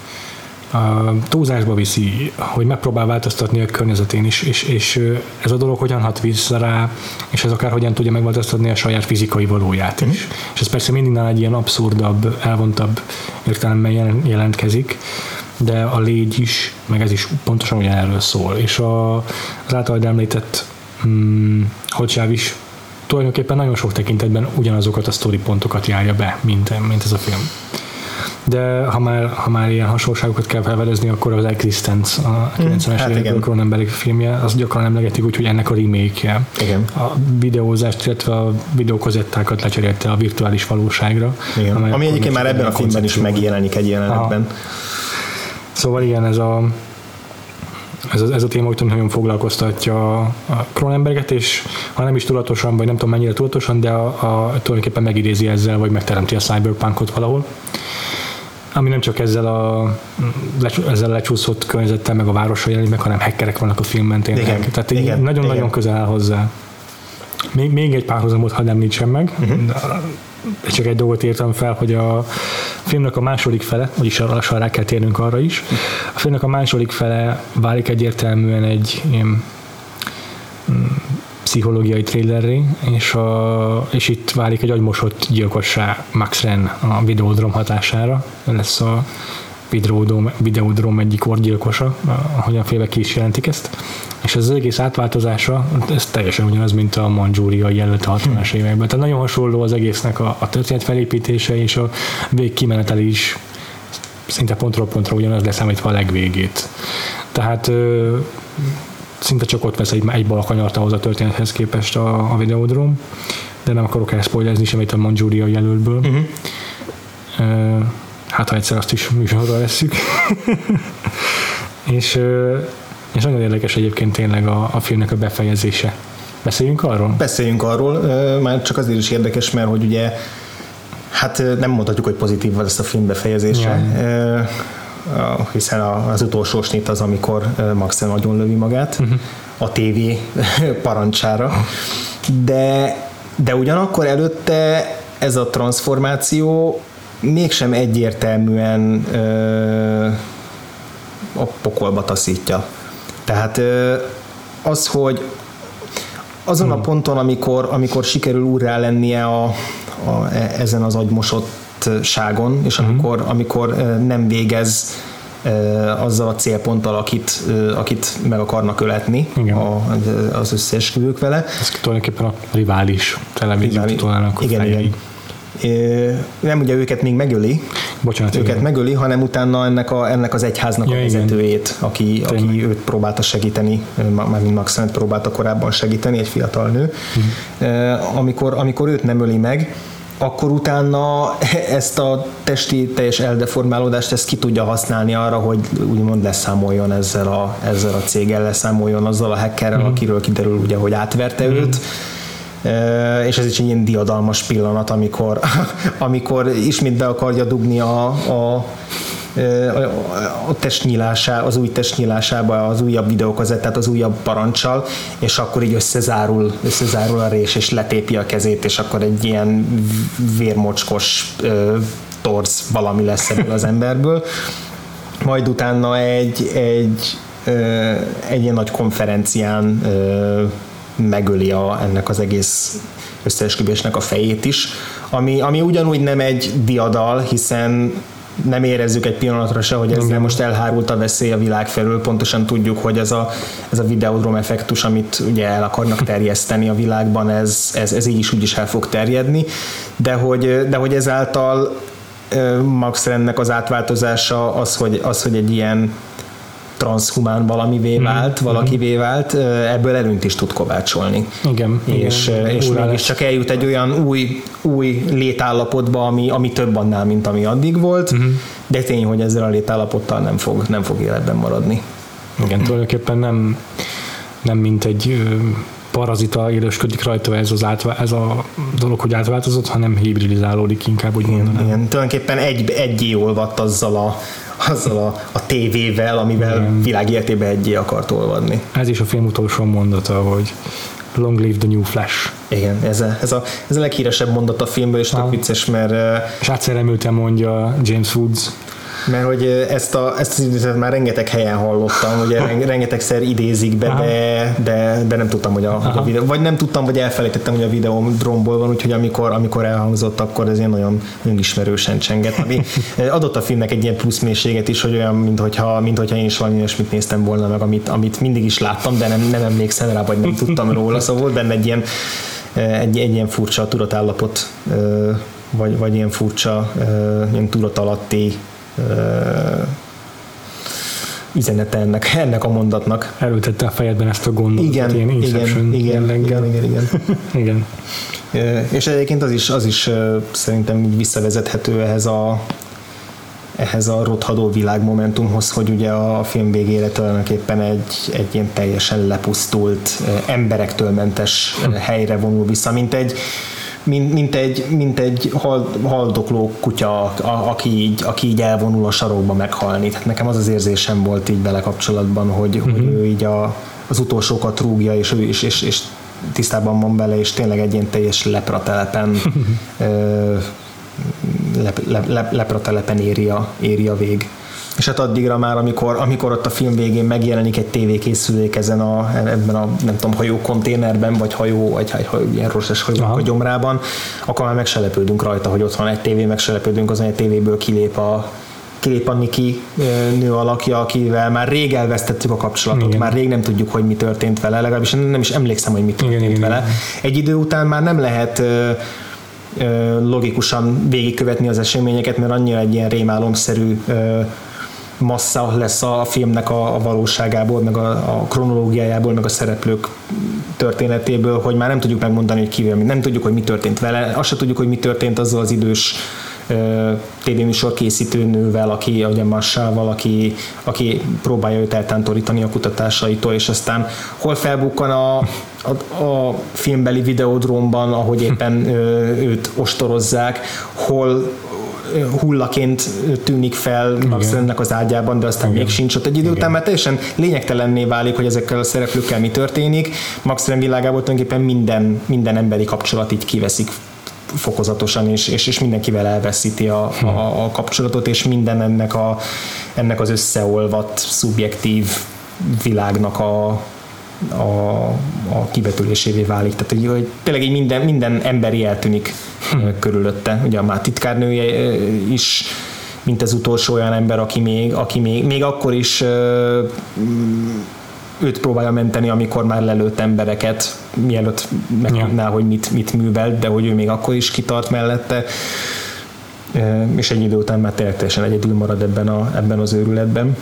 túlzásba viszi, hogy megpróbál változtatni a környezetén is, és ez a dolog hogyan hat vissza rá, és ez akár hogyan tudja megváltoztatni a saját fizikai valóját is. És ez persze mindennál egy ilyen abszurdabb, elvontabb értelemben jelentkezik, de a légy is, meg ez is pontosan ugyanerről szól. És az általad említett Holdsáv is tulajdonképpen nagyon sok tekintetben ugyanazokat a sztori pontokat járja be, mint ez a film. De ha már ilyen hasonlóságokat kell felvedezni, akkor az Existence, a 90-es évekből Cronenberg filmje, azt gyakran emlegetik úgy, hogy ennek a remake-je. Igen. A videózást, illetve a videókazettákat lecserélte a virtuális valóságra. Ami egyébként már ebben a filmben is megjelenik egy jelenetben. Szóval igen, ez a téma úgy nagyon foglalkoztatja a Cronenberget, és ha nem is tudatosan, vagy nem tudom mennyire tudatosan, de tulajdonképpen megidézi ezzel, vagy megteremti a cyberpunkot valahol. Ami nem csak ezzel lecsúszott környezettel, meg a városra jelenik meg, hanem hackerek vannak a filmben tényleg. Tehát nagyon-nagyon közel áll hozzá. Még egy párhuzamot hadd említsem meg, csak egy dolgot írtam fel, hogy a filmnek a második fele, vagyis lassan rá kell térnünk arra is, a filmnek a második fele válik egyértelműen egy ilyen pszichológiai thrillerré, és itt válik egy agymosott gyilkossá Max Renn a Videodrome hatására. Lesz a Videodrome egyik orgyilkosa, ahogyan félve ki is jelentik ezt. És ez az egész átváltozása, ez teljesen ugyanaz, mint a Mandzsúria jelölt a 60-as években. Tehát nagyon hasonló az egésznek a történet felépítése, és a végkimenetel is szinte pontról pontra ugyanaz, leszámítva a legvégét. Tehát szinte csak ott vesz egy balkanyart ahhoz a történethez képest a Videodrome, de nem akarok elszpoilerezni semmit a Mandzsúria jelöltből. Hát ha egyszer azt is műsorra vesszük. és nagyon érdekes egyébként tényleg a filmnek a befejezése. Beszéljünk arról? Beszéljünk arról, már csak azért is érdekes, mert hogy ugye hát nem mondhatjuk, hogy pozitív volt ezt a film befejezése. Hiszen az utolsó snit az, amikor Max nagyon lövi magát a tévé parancsára, de ugyanakkor előtte ez a transformáció mégsem egyértelműen a pokolba taszítja. Tehát az, hogy azon a ponton, amikor sikerül úrrá lennie ezen az agymosottságon, és amikor nem végez azzal a célponttal, akit meg akarnak öletni az összeesküvők vele. Ez tulajdonképpen a rivális televíziót tolnának. Igen. Nem ugye őket még megöli, megöli, hanem utána ennek az egyháznak a vezetőjét, aki őt próbálta segíteni, mármint Max Rennet próbálta korábban segíteni, egy fiatal nő. Amikor őt nem öli meg, akkor utána ezt a testi teljes eldeformálódást ezt ki tudja használni arra, hogy úgymond leszámoljon ezzel a céggel, leszámoljon azzal a hackerrel, akiről kiderül ugye, hogy átverte őt. És ez is egy ilyen diadalmas pillanat, amikor ismét be akarja dugni a testnyílásá, az új testnyílásába az újabb videókazettát az újabb parancsal, és akkor így összezárul a rés, és letépi a kezét, és akkor egy ilyen vérmocskos torz valami lesz ebből az emberből. Majd utána egy ilyen nagy konferencián megöli ennek az egész összeesküvésnek a fejét is, ami ugyanúgy nem egy diadal, hiszen nem érezzük egy pillanatra se, hogy ezzel most elhárult a veszély a világ felől, pontosan tudjuk, hogy ez a videodrom effektus, amit ugye el akarnak terjeszteni a világban, ez így is úgy is el fog terjedni, de hogy ezáltal Max Rentnek az átváltozása az, hogy egy ilyen transhumán valakivé vált, ebből előnyt is tud kovácsolni. Igen. És mégiscsak eljut egy olyan új létállapotba, ami több annál, mint ami addig volt, de tény, hogy ezzel a létállapottal nem fog életben maradni. Igen, tulajdonképpen nem mint egy parazita élősködik rajta ez a dolog, hogy átváltozott, hanem hibridizálódik inkább, úgy mondanám. Igen, tulajdonképpen egyé olvadt azzal a tévével, amivel világéletében egyé akart olvadni. Ez is a film utolsó mondata, hogy long live the new Flash. Igen, ez a leghíresebb mondat a filmből, és tök vicces, mert... És átszeremülten mondja James Woods. Mert hogy ezt az időt már rengeteg helyen hallottam, ugye rengetegszer idézik be, de nem tudtam, hogy a videó, vagy nem tudtam, vagy elfelejtettem, hogy a videó dromból van, úgyhogy amikor elhangzott, akkor ez ilyen nagyon ismerősen csengett, ami adott a filmnek egy ilyen plusz mélységet is, hogy olyan, minthogyha én is valami ilyesmit néztem volna meg, amit mindig is láttam, de nem emlékszem rá, vagy nem tudtam róla, szóval volt benne egy ilyen furcsa tudatállapot, vagy ilyen furcsa, ilyen tudatalatti üzenete ennek a mondatnak. Elültette a fejedben ezt a gondolatot. Igen. És egyébként az is szerintem visszavezethető ehhez a rothadó világmomentumhoz, hogy ugye a film végére tulajdonképpen egy ilyen teljesen lepusztult, emberektől mentes helyre vonul vissza, mint egy haldokló kutya, aki így elvonul a sarokba meghalni. Tehát nekem az érzésem volt így vele kapcsolatban, hogy ő így az utolsókat rúgja, és ő és tisztában van vele, és tényleg egy ilyen teljes lepratelepen éri a vég. És hát addigra már, amikor ott a film végén megjelenik egy tévékészülék ebben a nem tudom, hajó konténerben, vagy ilyen rossz hajó a gyomrában, akkor már meg se lepődünk rajta, hogy ott van egy tévé, meg se lepődünk azon, hogy a tévéből kilép a Nikki nő alakja, akivel már rég elvesztettük a kapcsolatot, igen. Már rég nem tudjuk, hogy mi történt vele, legalábbis nem is emlékszem, hogy mi történt vele. Igen. Egy idő után már nem lehet logikusan végigkövetni az eseményeket, mert annyira egy ilyen rémálomszerű massza lesz a filmnek a valóságából, meg a kronológiájából, meg a szereplők történetéből, hogy már nem tudjuk megmondani, hogy kivel, nem tudjuk, hogy mi történt vele, azt se tudjuk, hogy mi történt azzal az idős tévéműsor készítő nővel, aki ugye Marsával, aki próbálja őt eltántorítani a kutatásaitól, és aztán hol felbukkan a filmbeli videodrómban, ahogy éppen őt ostorozzák, hol hullaként tűnik fel Max Rentnek az ágyában, de aztán még sincs ott egy idő után, mert teljesen lényegtelenné válik, hogy ezekkel a szereplőkkel mi történik. Max Rent világából tulajdonképpen minden emberi kapcsolat így kiveszik fokozatosan, és mindenkivel elveszíti a kapcsolatot, és minden ennek az összeolvadt, szubjektív világnak a kibetülésévé válik. Tehát, hogy tényleg így minden emberi eltűnik körülötte. Ugye a titkárnője is, mint az utolsó olyan ember, aki még akkor is őt próbálja menteni, amikor már lelőtt embereket, mielőtt megtudná, hogy mit művelt, de hogy ő még akkor is kitart mellette, és egy idő után már teljesen egyedül marad ebben az őrületben.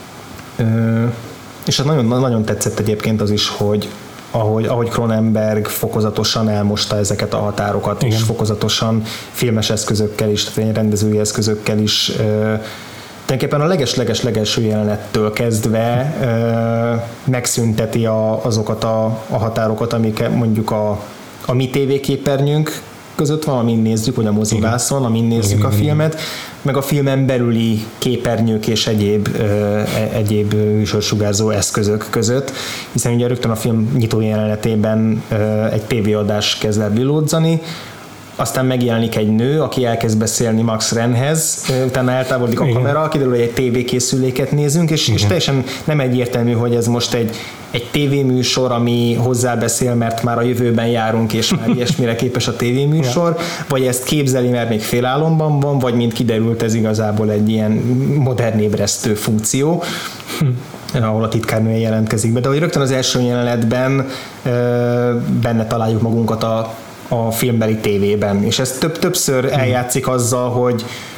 És hát nagyon, nagyon tetszett egyébként az is, hogy ahogy Cronenberg fokozatosan elmosta ezeket a határokat, igen, és fokozatosan filmes eszközökkel is, tehát rendezői eszközökkel is, tulajdonképpen a leges-legelső jelenettől kezdve megszünteti azokat a határokat, amik mondjuk a mi tévéképernyőnk között van, amin nézzük, vagy a mozivászon, amin nézzük igen, a filmet, meg a filmen belüli képernyők és egyéb műsorsugárzó eszközök között, hiszen ugye rögtön a film nyitó jelenetében egy tévéadás kezd el villódzani, aztán megjelenik egy nő, aki elkezd beszélni Max Renhez, utána eltávolodik a kamera, kiderül, hogy egy tévékészüléket nézünk, és teljesen nem egyértelmű, hogy ez most egy tévéműsor, ami hozzábeszél, mert már a jövőben járunk, és már ilyesmire képes a tévéműsor, vagy ezt képzeli, mert még félálomban van, vagy mint kiderült, ez igazából egy ilyen modern ébresztő funkció, ahol a titkárnője jelentkezik be. De hogy rögtön az első jelenetben benne találjuk magunkat a filmbeli tévében, és ez többször eljátszik azzal,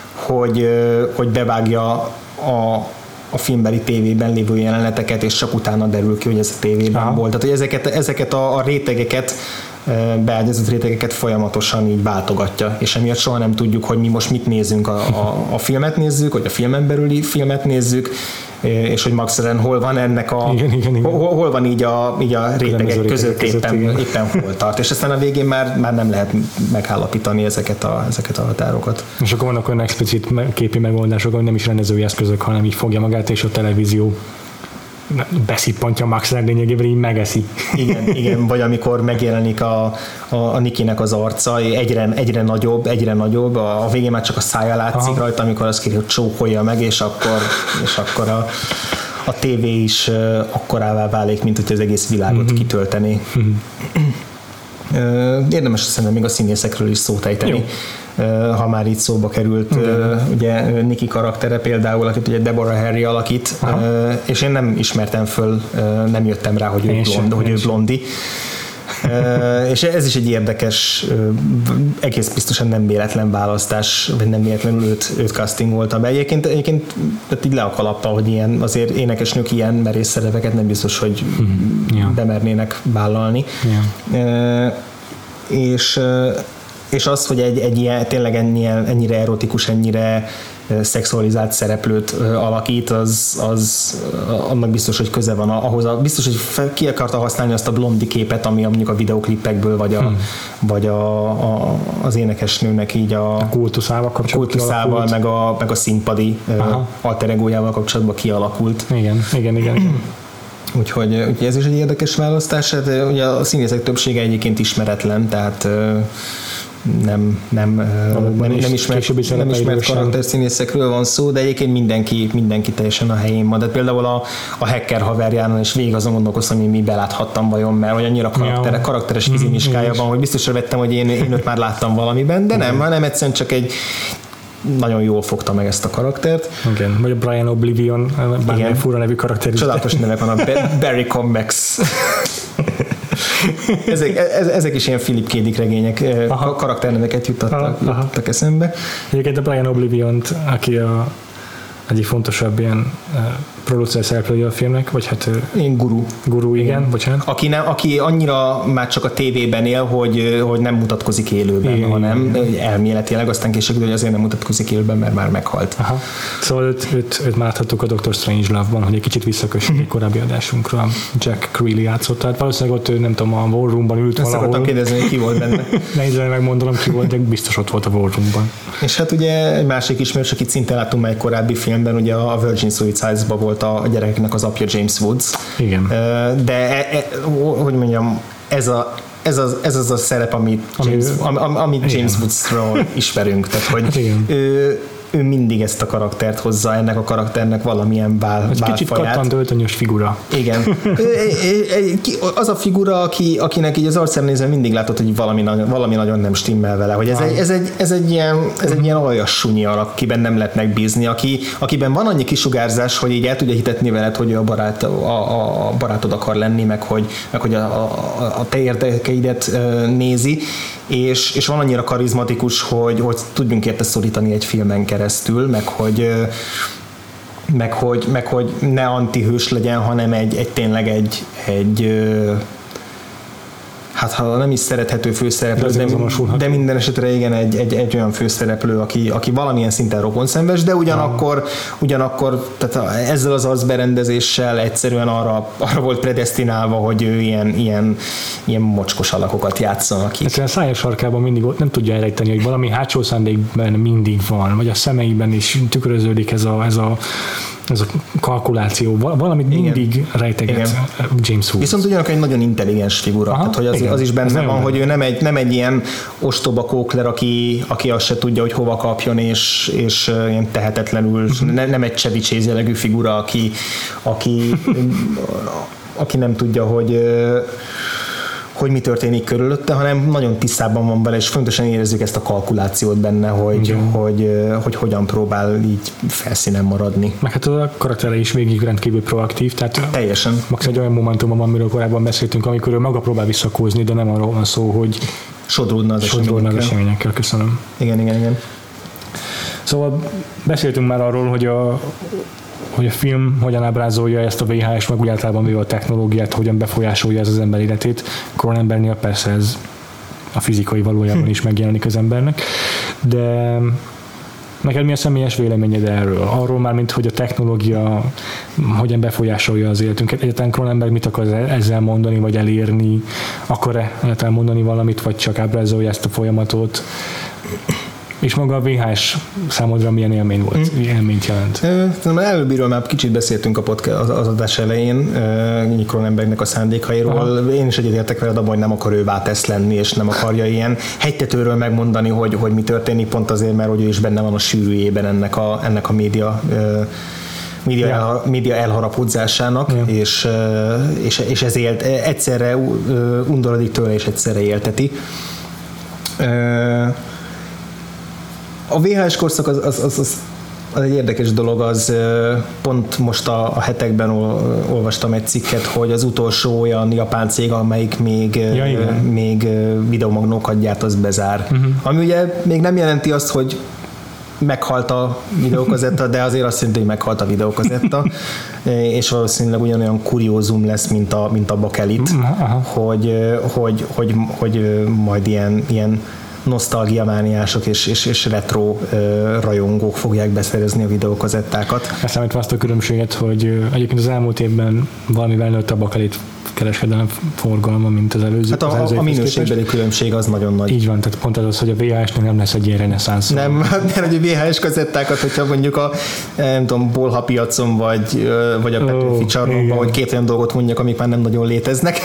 hogy bevágja a filmbeli tévében lévő jeleneteket, és csak utána derül ki, hogy ez a tévében volt. Tehát, hogy ezeket a rétegeket, beágyazott rétegeket folyamatosan így váltogatja, és emiatt soha nem tudjuk, hogy mi most mit nézünk, a filmet nézzük, vagy a filmen belüli filmet nézzük, és hogy Max Renn hol van ennek igen. Hol van így a rétegek között éppen hol tart, és aztán a végén már nem lehet megállapítani ezeket a határokat. És akkor vannak olyan explicit képi megoldások, hogy nem is rendezői eszközök, hanem így fogja magát, és a televízió beszippantja Max Renn lényegében, így megeszi. Igen, vagy amikor megjelenik a Nikinek az arca, egyre nagyobb, a végén már csak a szája látszik rajta, amikor azt kéri, hogy csókolja meg, és akkor a tévé is akkorává válik, mint hogy az egész világot kitölteni. Érdemes szerintem még a színészekről is szót ejteni. Ha már itt szóba került, ugye Nikki karaktere például, akit ugye Deborah Harry alakít, és én nem ismertem föl, nem jöttem rá, hogy ő blondi. És ez is egy érdekes, egész biztosan nem véletlen választás, vagy nem véletlenül őt castingolta be. Egyébként tehát így le a kalappal, hogy ilyen, azért énekesnők ilyen merész szerepeket nem biztos, hogy bemernének vállalni. És az, hogy egy ilyen, tényleg ennyire erotikus, ennyire szexualizált szereplőt alakít, az annak biztos, hogy köze van ahhoz, biztos, hogy ki akarta használni azt a blondi képet, ami mondjuk a videoklipekből, vagy az énekesnőnek így a kultuszával meg a színpadi alter egójával kapcsolatban kialakult. Igen. Úgyhogy ez is egy érdekes választás. Hát, ugye a színészek többsége egyébként ismeretlen, tehát nem ismert karakterszínészekről van szó, de egyébként mindenki teljesen a helyén van. De például a hacker haverjánál is végig azon gondolkoztam, hogy mi beláthattam vajon, mert hogy annyira karakteres fizimiskája van, hogy biztosra vettem, hogy én őt már láttam valamiben, de nem, hanem egyszerűen csak egy nagyon jól fogta meg ezt a karaktert. Igen, vagy a Brian Oblivion, bármilyen fura nevű karakter is. Csodálatos nevek van, a Barry Combex. Ezek is ilyen Philip K. Dick regények, karakterneveket juttattak eszembe. Egyébként a Brian Obliviont, aki egyik fontosabb ilyen producer szereplője a filmnek, vagy hát Guru, igen, bocsánat. Aki annyira már csak a tévében él, hogy nem mutatkozik élőben, hanem elméletileg, aztán később, hogy azért nem mutatkozik élőben, mert már meghalt. Szóval őt már láthattuk a Doctor Strangelove-ban, hogy egy kicsit visszakössük egy korábbi adásunkra. Jack Creeley játszott, tehát valószínűleg ott ő, nem tudom, a War Room-ban ült valahol. Ezt akartam kérdezni, hogy ki volt benne. Nehéz megmondom, ki volt, de biztos ott volt a War Room-ban. És hát ugye egy másik ismerős, akit szintén láttunk már egy korábbi filmben, ugye a Virgin Suicides-ban volt a gyerekeknek az apja, James Woods. Igen. De hogy mondjam, ez az a szerep, amit James Woods-ról ismerünk. Tehát, hogy ő mindig ezt a karaktert hozza, ennek a karakternek valamilyen válfaját. Kicsit kattant öltönyös figura. Igen. Az a figura, akinek így az arcára nézve mindig látod, hogy valami nagyon nem stimmel vele, hogy ez egy ilyen aljas sunyi alak, akiben nem lehet megbízni, akiben van annyi kisugárzás, hogy így el tudja hitetni veled, hogy ő a barátod akar lenni, meg hogy a te érdekeidet nézi, és van annyira karizmatikus, hogy tudjunk érte szorítani egy filmen keresztül, meg hogy ne antihős legyen, hanem tényleg egy hát ha nem is szerethető főszereplő, de minden esetre igen, egy olyan főszereplő, aki valamilyen szinten rokonszenves, de ugyanakkor tehát ezzel az arcberendezéssel egyszerűen arra volt predesztinálva, hogy ő ilyen mocskos alakokat játszanak ki. Egyszerűen a szájas sarkában mindig ott nem tudja elrejteni, hogy valami hátsó szándékben mindig van, vagy a szemeiben is tükröződik ez a kalkuláció, valamit mindig rejteget James Woods. Viszont ugyanakkor egy nagyon intelligens figura, tehát hogy az is benne van, hogy ő nem egy ilyen ostoba kókler, aki azt se tudja, hogy hova kapjon, és ilyen tehetetlenül, nem egy Chevy Chase jellegű figura, aki nem tudja, hogy mi történik körülötte, hanem nagyon tisztában van vele, és fontosan érezzük ezt a kalkulációt benne, hogy hogyan próbál így felszínen maradni. Meg hát a karaktere is végig rendkívül proaktív, tehát teljesen. Max egy olyan momentum, amiről korábban beszéltünk, amikor ő maga próbál visszakózni, de nem arról van szó, hogy sodródna az eseményekkel. Köszönöm. Igen. Szóval beszéltünk már arról, hogy a film hogyan ábrázolja ezt a VHS, meg úgy általában véve a technológiát, hogyan befolyásolja ez az ember életét. Cronenbergnél persze ez a fizikai valójában is megjelenik az embernek, de neked mi a személyes véleményed erről? Arról már, mint hogy a technológia hogyan befolyásolja az életünket. Egyáltalán Cronenberg mit akar ezzel mondani, vagy elérni? Akar-e egyáltalán mondani valamit, vagy csak ábrázolja ezt a folyamatot? És maga a VHS számodra milyen élmény volt? Élményt jelent? Előbbiről már kicsit beszéltünk az adás elején, Cronenbergnek a szándékairól. Én is egyetértek veled abban, hogy nem akar ő Vátesz lenni, és nem akarja ilyen hegytetőről megmondani, hogy mi történik, pont azért, mert hogy ő is benne van a sűrűjében ennek a média elharapódzásának, és ezért egyszerre undorodik tőle, és egyszerre élteti. A VHS korszak az egy érdekes dolog, az pont most a hetekben olvastam egy cikket, hogy az utolsó olyan japán cég, amelyik még videomagnókat gyárt, az bezár. Ami ugye még nem jelenti azt, hogy meghalt a videókazetta, de azért azt jelenti, hogy meghalt a videókazetta, és valószínűleg ugyanolyan kuriózum lesz, mint a bakelit, hogy majd ilyen nosztalgiamániások és retro rajongók fogják beszerezni a videókazettákat. Számítva azt a különbséget, hogy egyébként az elmúlt évben valamivel nőtt a bakelit kereskedelem forgalma, mint az előző. Hát a minőségbeli különbség az nagyon nagy. Így van, tehát pont az, hogy a VHS-nél nem lesz egy ilyen reneszánsz. Nem, mert hogy a VHS kazettákat, hogyha mondjuk a nem tudom, Bolha piacon vagy a Petőfi csarnokban, hogy két olyan dolgot mondjak, amik már nem nagyon léteznek,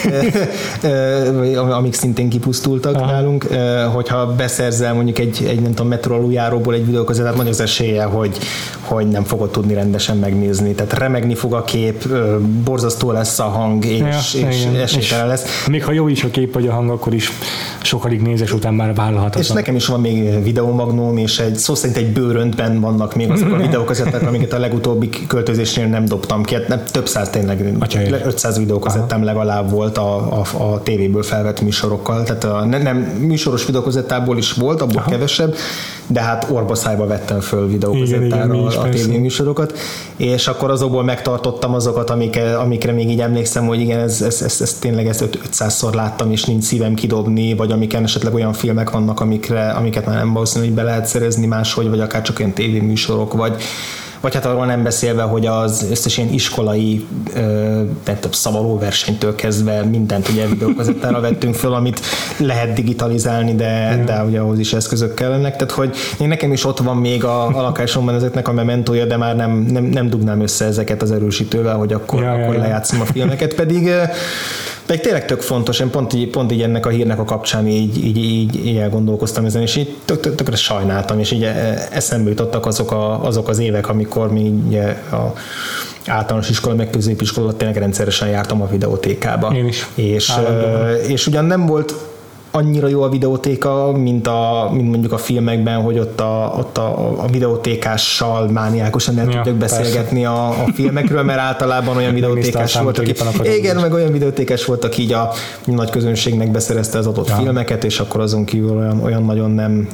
amik szintén kipusztultak nálunk, hogyha beszerzel mondjuk egy nem tudom, metró aluljáróból egy videókazettát, nagy az esélye, hogy nem fogod tudni rendesen megnézni. Tehát remegni fog a kép, borzasztó lesz a hang, és esélytelen lesz. Még ha jó is a kép vagy a hang, akkor is sokadik nézés után már vállalhatatlan. És nekem is van még videómagnóm, és szó szerint egy bőröntben vannak még azok a videókazetták, amiket a legutóbbi költözésnél nem dobtam ki. Több száz, tényleg 500 videókazettám legalább volt a tévéből felvett műsorokkal. Tehát nem műsoros videókazettából is volt, abból kevesebb, de hát orbaszájba vettem föl videókazettára a tévéműsorokat, és akkor azokból megtartottam azokat, amikre még így emlékszem, hogy igen, ez tényleg 500-szor láttam, és nincs szívem kidobni, vagy amiken esetleg olyan filmek vannak, amiket már nem valószínű, hogy be lehet szerezni máshogy, vagy akár csak olyan tévéműsorok, vagy vagy hát arról nem beszélve, hogy az összes ilyen iskolai szavaló versenytől kezdve mindent ugye videókazettára vettünk föl, amit lehet digitalizálni, de ugye ahhoz is eszközök kellenek, tehát hogy nekem is ott van még a lakásomban ezeknek a mementója, de már nem dugnám össze ezeket az erősítővel, hogy akkor lejátszom a filmeket, pedig tényleg tök fontos, én pont így ennek a hírnek a kapcsán így elgondolkoztam ezen, és így tökre sajnáltam, és így eszembe jutottak azok az évek, amikor mi a általános iskola, meg középiskola tényleg rendszeresen jártam a videótékába. Én is. És ugyan nem volt annyira jó a videótéka, mint mondjuk a filmekben, hogy ott a videótékással mániákosan el tudjak beszélgetni a filmekről, mert általában olyan videótékás volt, meg olyan videótékás volt, aki így a nagy közönségnek beszerezte az adott filmeket, és akkor azon kívül olyan nagyon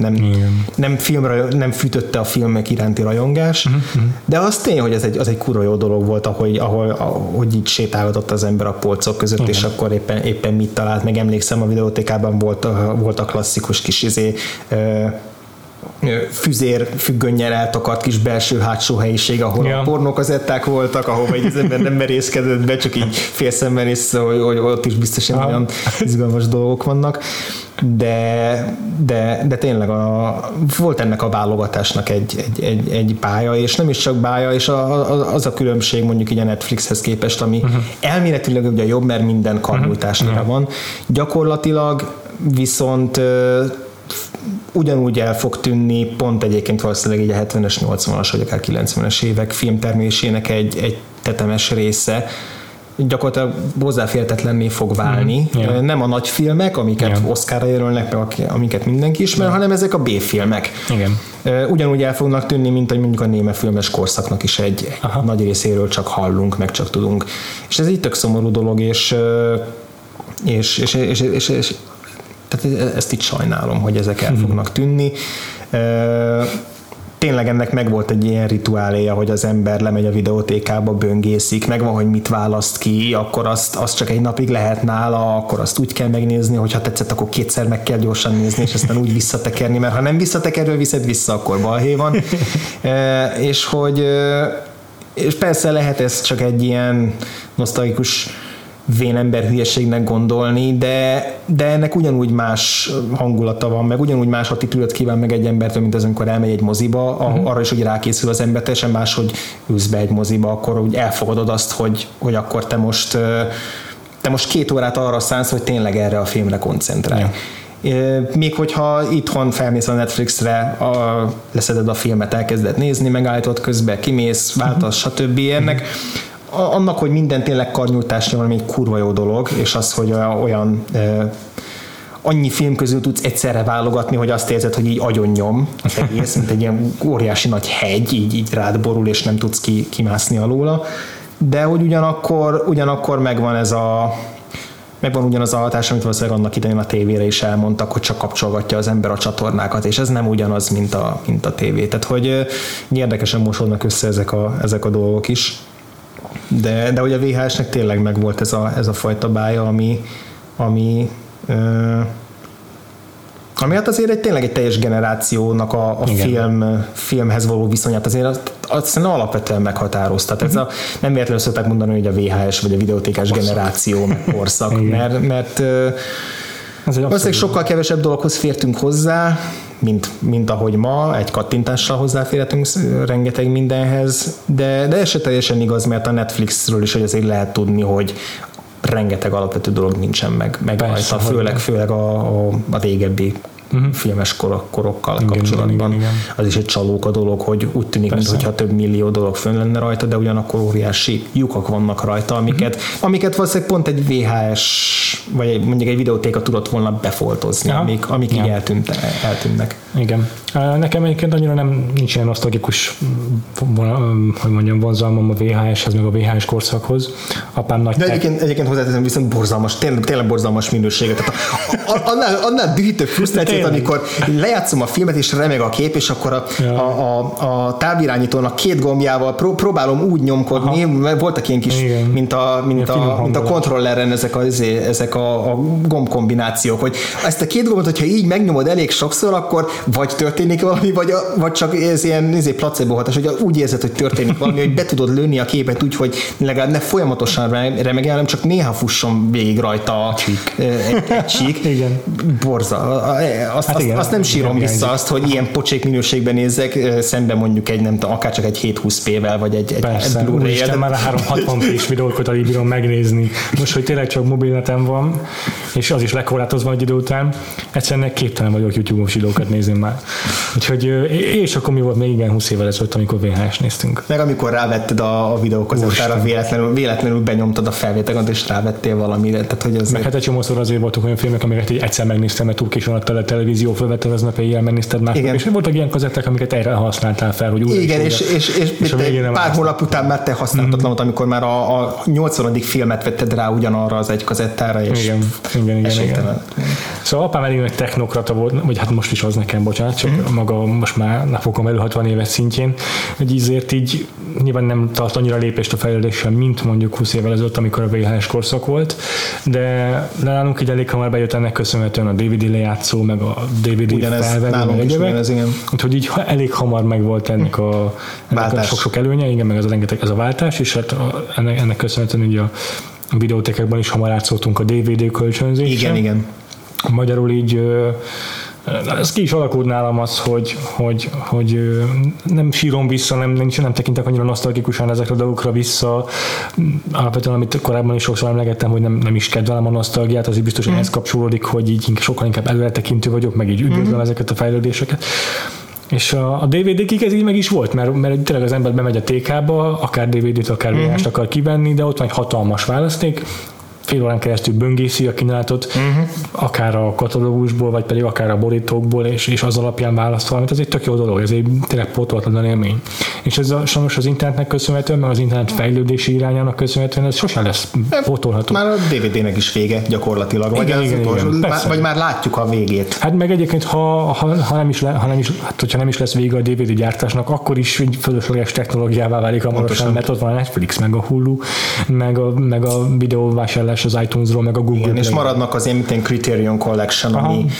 nem fűtötte a filmek iránti rajongás, de az tény, hogy az egy kurva jó dolog volt, ahogy így sétálgatott az ember a polcok között, és akkor éppen mit talált, meg emlékszem a videótékában volt a klasszikus kis függönnyel eltakart kis belső-hátsó helyiség, ahol a pornókazetták voltak, ahova az ember nem merészkedett be, csak így félszemmel észre, hogy ott is biztosan olyan izgalmas dolgok vannak. De tényleg volt ennek a válogatásnak egy pálya, és nem is csak pálya, és az a különbség mondjuk így a Netflixhez képest, ami elméletileg ugye jobb, mert minden karnyújtásra van. Gyakorlatilag viszont ugyanúgy el fog tűnni, pont egyébként valószínűleg így a 70-es, 80-as vagy akár 90-es évek filmtermésének egy tetemes része, gyakorlatilag hozzáférhetetlenné fog válni. Nem a nagy filmek, amiket Oscarra jelölnek, amiket mindenki ismer, hanem ezek a B-filmek. Ugyanúgy el fognak tűnni, mint hogy mondjuk a német filmes korszaknak is egy nagy részéről csak hallunk, meg csak tudunk. És ez így tök szomorú dolog, és tehát ezt itt sajnálom, hogy ezek el fognak tűnni. Tényleg ennek megvolt egy ilyen rituáléja, hogy az ember lemegy a videótékába, böngészik, megvan, hogy mit választ ki, akkor azt csak egy napig lehet nála, akkor azt úgy kell megnézni, hogy ha tetszett, akkor kétszer meg kell gyorsan nézni, és aztán úgy visszatekerni, mert ha nem visszatekerről viszed vissza, akkor balhé van. És persze lehet ez csak egy ilyen nosztalgikus vénember hülyeségnek gondolni, de ennek ugyanúgy más hangulata van, meg ugyanúgy más attitűdöt kíván meg egy embertől, mint az, amikor elmegy egy moziba, arra is, hogy rákészül az ember, teljesen más, hogy ülsz be egy moziba, akkor úgy elfogadod azt, hogy akkor te most 2 órát arra szánsz, hogy tényleg erre a filmre koncentrálj. Még hogyha itthon felmész a Netflixre, leszeded a filmet, elkezded nézni, megállítod közben, kimész, váltasz, stb. Ennek annak, hogy minden tényleg karnyújtásra van, egy kurva jó dolog, és az, hogy olyan annyi film közül tudsz egyszerre válogatni, hogy azt érzed, hogy így agyonnyom az egész, mint egy ilyen óriási nagy hegy, így rád borul, és nem tudsz kimászni alóla, de hogy ugyanakkor megvan ugyanaz a hatás, amit valószínűleg annak idején a tévére is elmondtak, hogy csak kapcsolgatja az ember a csatornákat, és ez nem ugyanaz, mint a tévé. Tehát, hogy érdekesen mosódnak össze ezek a dolgok is. De hogy a VHS-nek tényleg megvolt ez a fajta bája, ami hát azért tényleg egy teljes generációnak a filmhez való viszonyát azért azt alapvetően meghatározta. Tehát nem véletlenül szokták mondani, hogy a VHS vagy a videótékás generáció meg korszak, mert valószínűleg sokkal kevesebb dologhoz fértünk hozzá, mint ahogy ma, egy kattintással hozzáférhetünk rengeteg mindenhez, de ez se teljesen igaz, mert a Netflixről is azért lehet tudni, hogy rengeteg alapvető dolog nincsen meg rajta, főleg a régebbi filmes korokkal kapcsolatban. Igen. Az is egy csalóka dolog, hogy úgy tűnik, mintha több millió dolog fönn lenne rajta, de ugyanakkor óriási lyukak vannak rajta, amiket valószínűleg pont egy VHS vagy mondjuk egy videótéka tudott volna befoltozni, amik így eltűnnek. Igen. Nekem egyébként annyira nincs ilyen nosztalgikus vonzalmam a VHS-hez, meg a VHS korszakhoz. Apám nagy... De egyébként hozzáteszem, viszont borzalmas, tényleg borzalmas minőséget. Tehát annál dühítőbb frusztráció érzést, amikor lejátszom a filmet, és remeg a kép, és akkor a távirányítónak 2 gombjával próbálom úgy nyomkodni, mert voltak ilyen kis, mint a kontrolleren ezek a gombkombinációk, hogy ezt a 2 gombot, hogyha így megnyomod elég sokszor, akkor vagy történik valami, vagy csak ez ilyen placebo hatás, hogy úgy érzed, hogy történik valami, hogy be tudod lőni a képet úgy, hogy legalább ne folyamatosan remegjen, hanem csak néha fusson végig rajta egy csík. Igen. Borza. Azt nem sírom vissza azt, hogy ilyen pocsék minőségben nézzek, szemben mondjuk akár csak egy 720p-vel, vagy egy Blu-ray. Úristen, már a 360p-s videókat alig bírom megnézni. Most, hogy tényleg csak mobilnetem van, és az is lekorlátozva egy idő után, egyszerűen képtelen vagyok YouTube-os videókat nézni már. Úgyhogy, és akkor mi volt még igen 20 évvel ezelőtt, amikor VHS néztünk. Meg amikor rávetted a videókazettára, véletlenül benyomtad a felvételt, és rávettél valamire. Tehát, hogy meg hát egy csomószor azért voltak olyan filmek, amiket egyszer megnéztem, mert túl későn a televízió fölvetted aznap éjjel, megnézted már. És voltak ilyen kazetták, amiket erre használtál fel, hogy újra. Igen, és pár hónap után már te használtatlanod, amikor már a 80. filmet vetted rá ugyanarra az egy kazettára, és igen. Szóval apám elég nagy technokrata volt, vagy hát most is az nekem, bocsánat, csak maga most már napokon belül 60 éves szintjén, hogy ízért így nyilván nem tart annyira lépést a fejlődéssel, mint mondjuk 20 évvel ezelőtt, amikor a VHS korszak volt, de nálunk így elég hamar bejött ennek köszönhetően a DVD lejátszó, meg a DVD felvevő, meg egyébek. Úgyhogy így elég hamar megvolt ennek a sok-sok előnye, igen, meg ez a váltás, és hát ennek köszönhetően így a videótékekben is hamar átszóltunk a DVD kölcsönzésre. Igen. Magyarul így ez ki is alakult nálam az, hogy nem sírom vissza, nem tekintek annyira nosztalgikusan ezekre a dolgokra vissza. Alapvetően, amit korábban is sokszor emlegettem, hogy nem is kedvelem a nosztalgiát, az így biztos, hogy ez kapcsolódik, hogy így sokkal inkább előretekintő vagyok, meg így üdvözlöm ezeket a fejlődéseket. És a DVD-kig ez így meg is volt, mert tényleg az ember bemegy a TK-ba, akár DVD-t, akár VHS-t akar kivenni, de ott van egy hatalmas választék, fél órán keresztül böngészi a kínálatot, akár a katalógusból, vagy pedig akár a borítókból, és az alapján választ valamit. Ez egy tök jó dolog, ez egy tényleg pótolhatatlan élmény. És ez sajnos az internetnek köszönhetően, meg az internet fejlődési irányának köszönhetően ez sosem lesz pótolható. Már a DVD-nek is vége gyakorlatilag, vagy már látjuk a végét. Hát meg egyébként, hogyha nem is lesz vége a DVD gyártásnak, akkor is egy fölösleges technológiává válik hamarosan, mert ott van a Netflix, meg a Hulu, meg a videóvásárlás az iTunes-ról, meg a Google. Igen, és maradnak az ilyen Criterion Collection,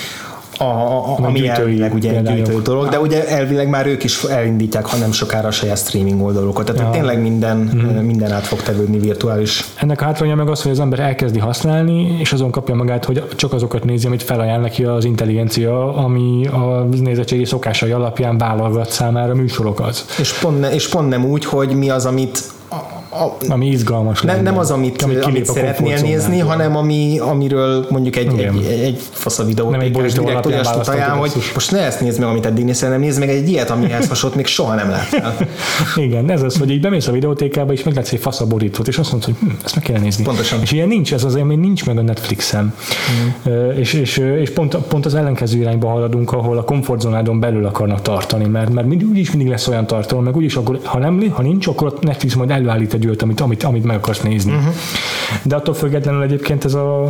ami elvileg ugye egy gyűjtő dolog, de ugye elvileg már ők is elindítják, ha nem sokára a saját streaming oldalokat. Tehát tényleg minden át fog tevődni virtuális. Ennek a hátránya meg az, hogy az ember elkezdi használni, és azon kapja magát, hogy csak azokat nézi, amit felajánl neki az intelligencia, ami a nézettségi szokásai alapján válogat számára műsorokat. És pont nem úgy, hogy mi az, amit ami izgalmas lenne. Nem az, amit szeretnél nézni, hanem amiről mondjuk egy fasz a videótékás direkt olyasmit ajánl, hogy most ne ezt nézd meg, amit eddig nézd, hanem nézd meg egy ilyet, amihez hasonlót még soha nem láttál. Igen, ez az, hogy így bemész a videótékába, és meglátsz egy fasz a borítót, és azt mondod, hogy ezt meg kell nézni. Pontosan. És ilyen nincs, ez az élmény nincs meg a Netflixen. És pont az ellenkező irányba haladunk, ahol a komfortzónádon belül akarnak tartani, mert úgyis mindig lesz olyan tartalom, meg úgyis akkor, ha nincs, akkor a Netflix majd előállít egy olyat, amit meg akarsz nézni. De attól függetlenül egyébként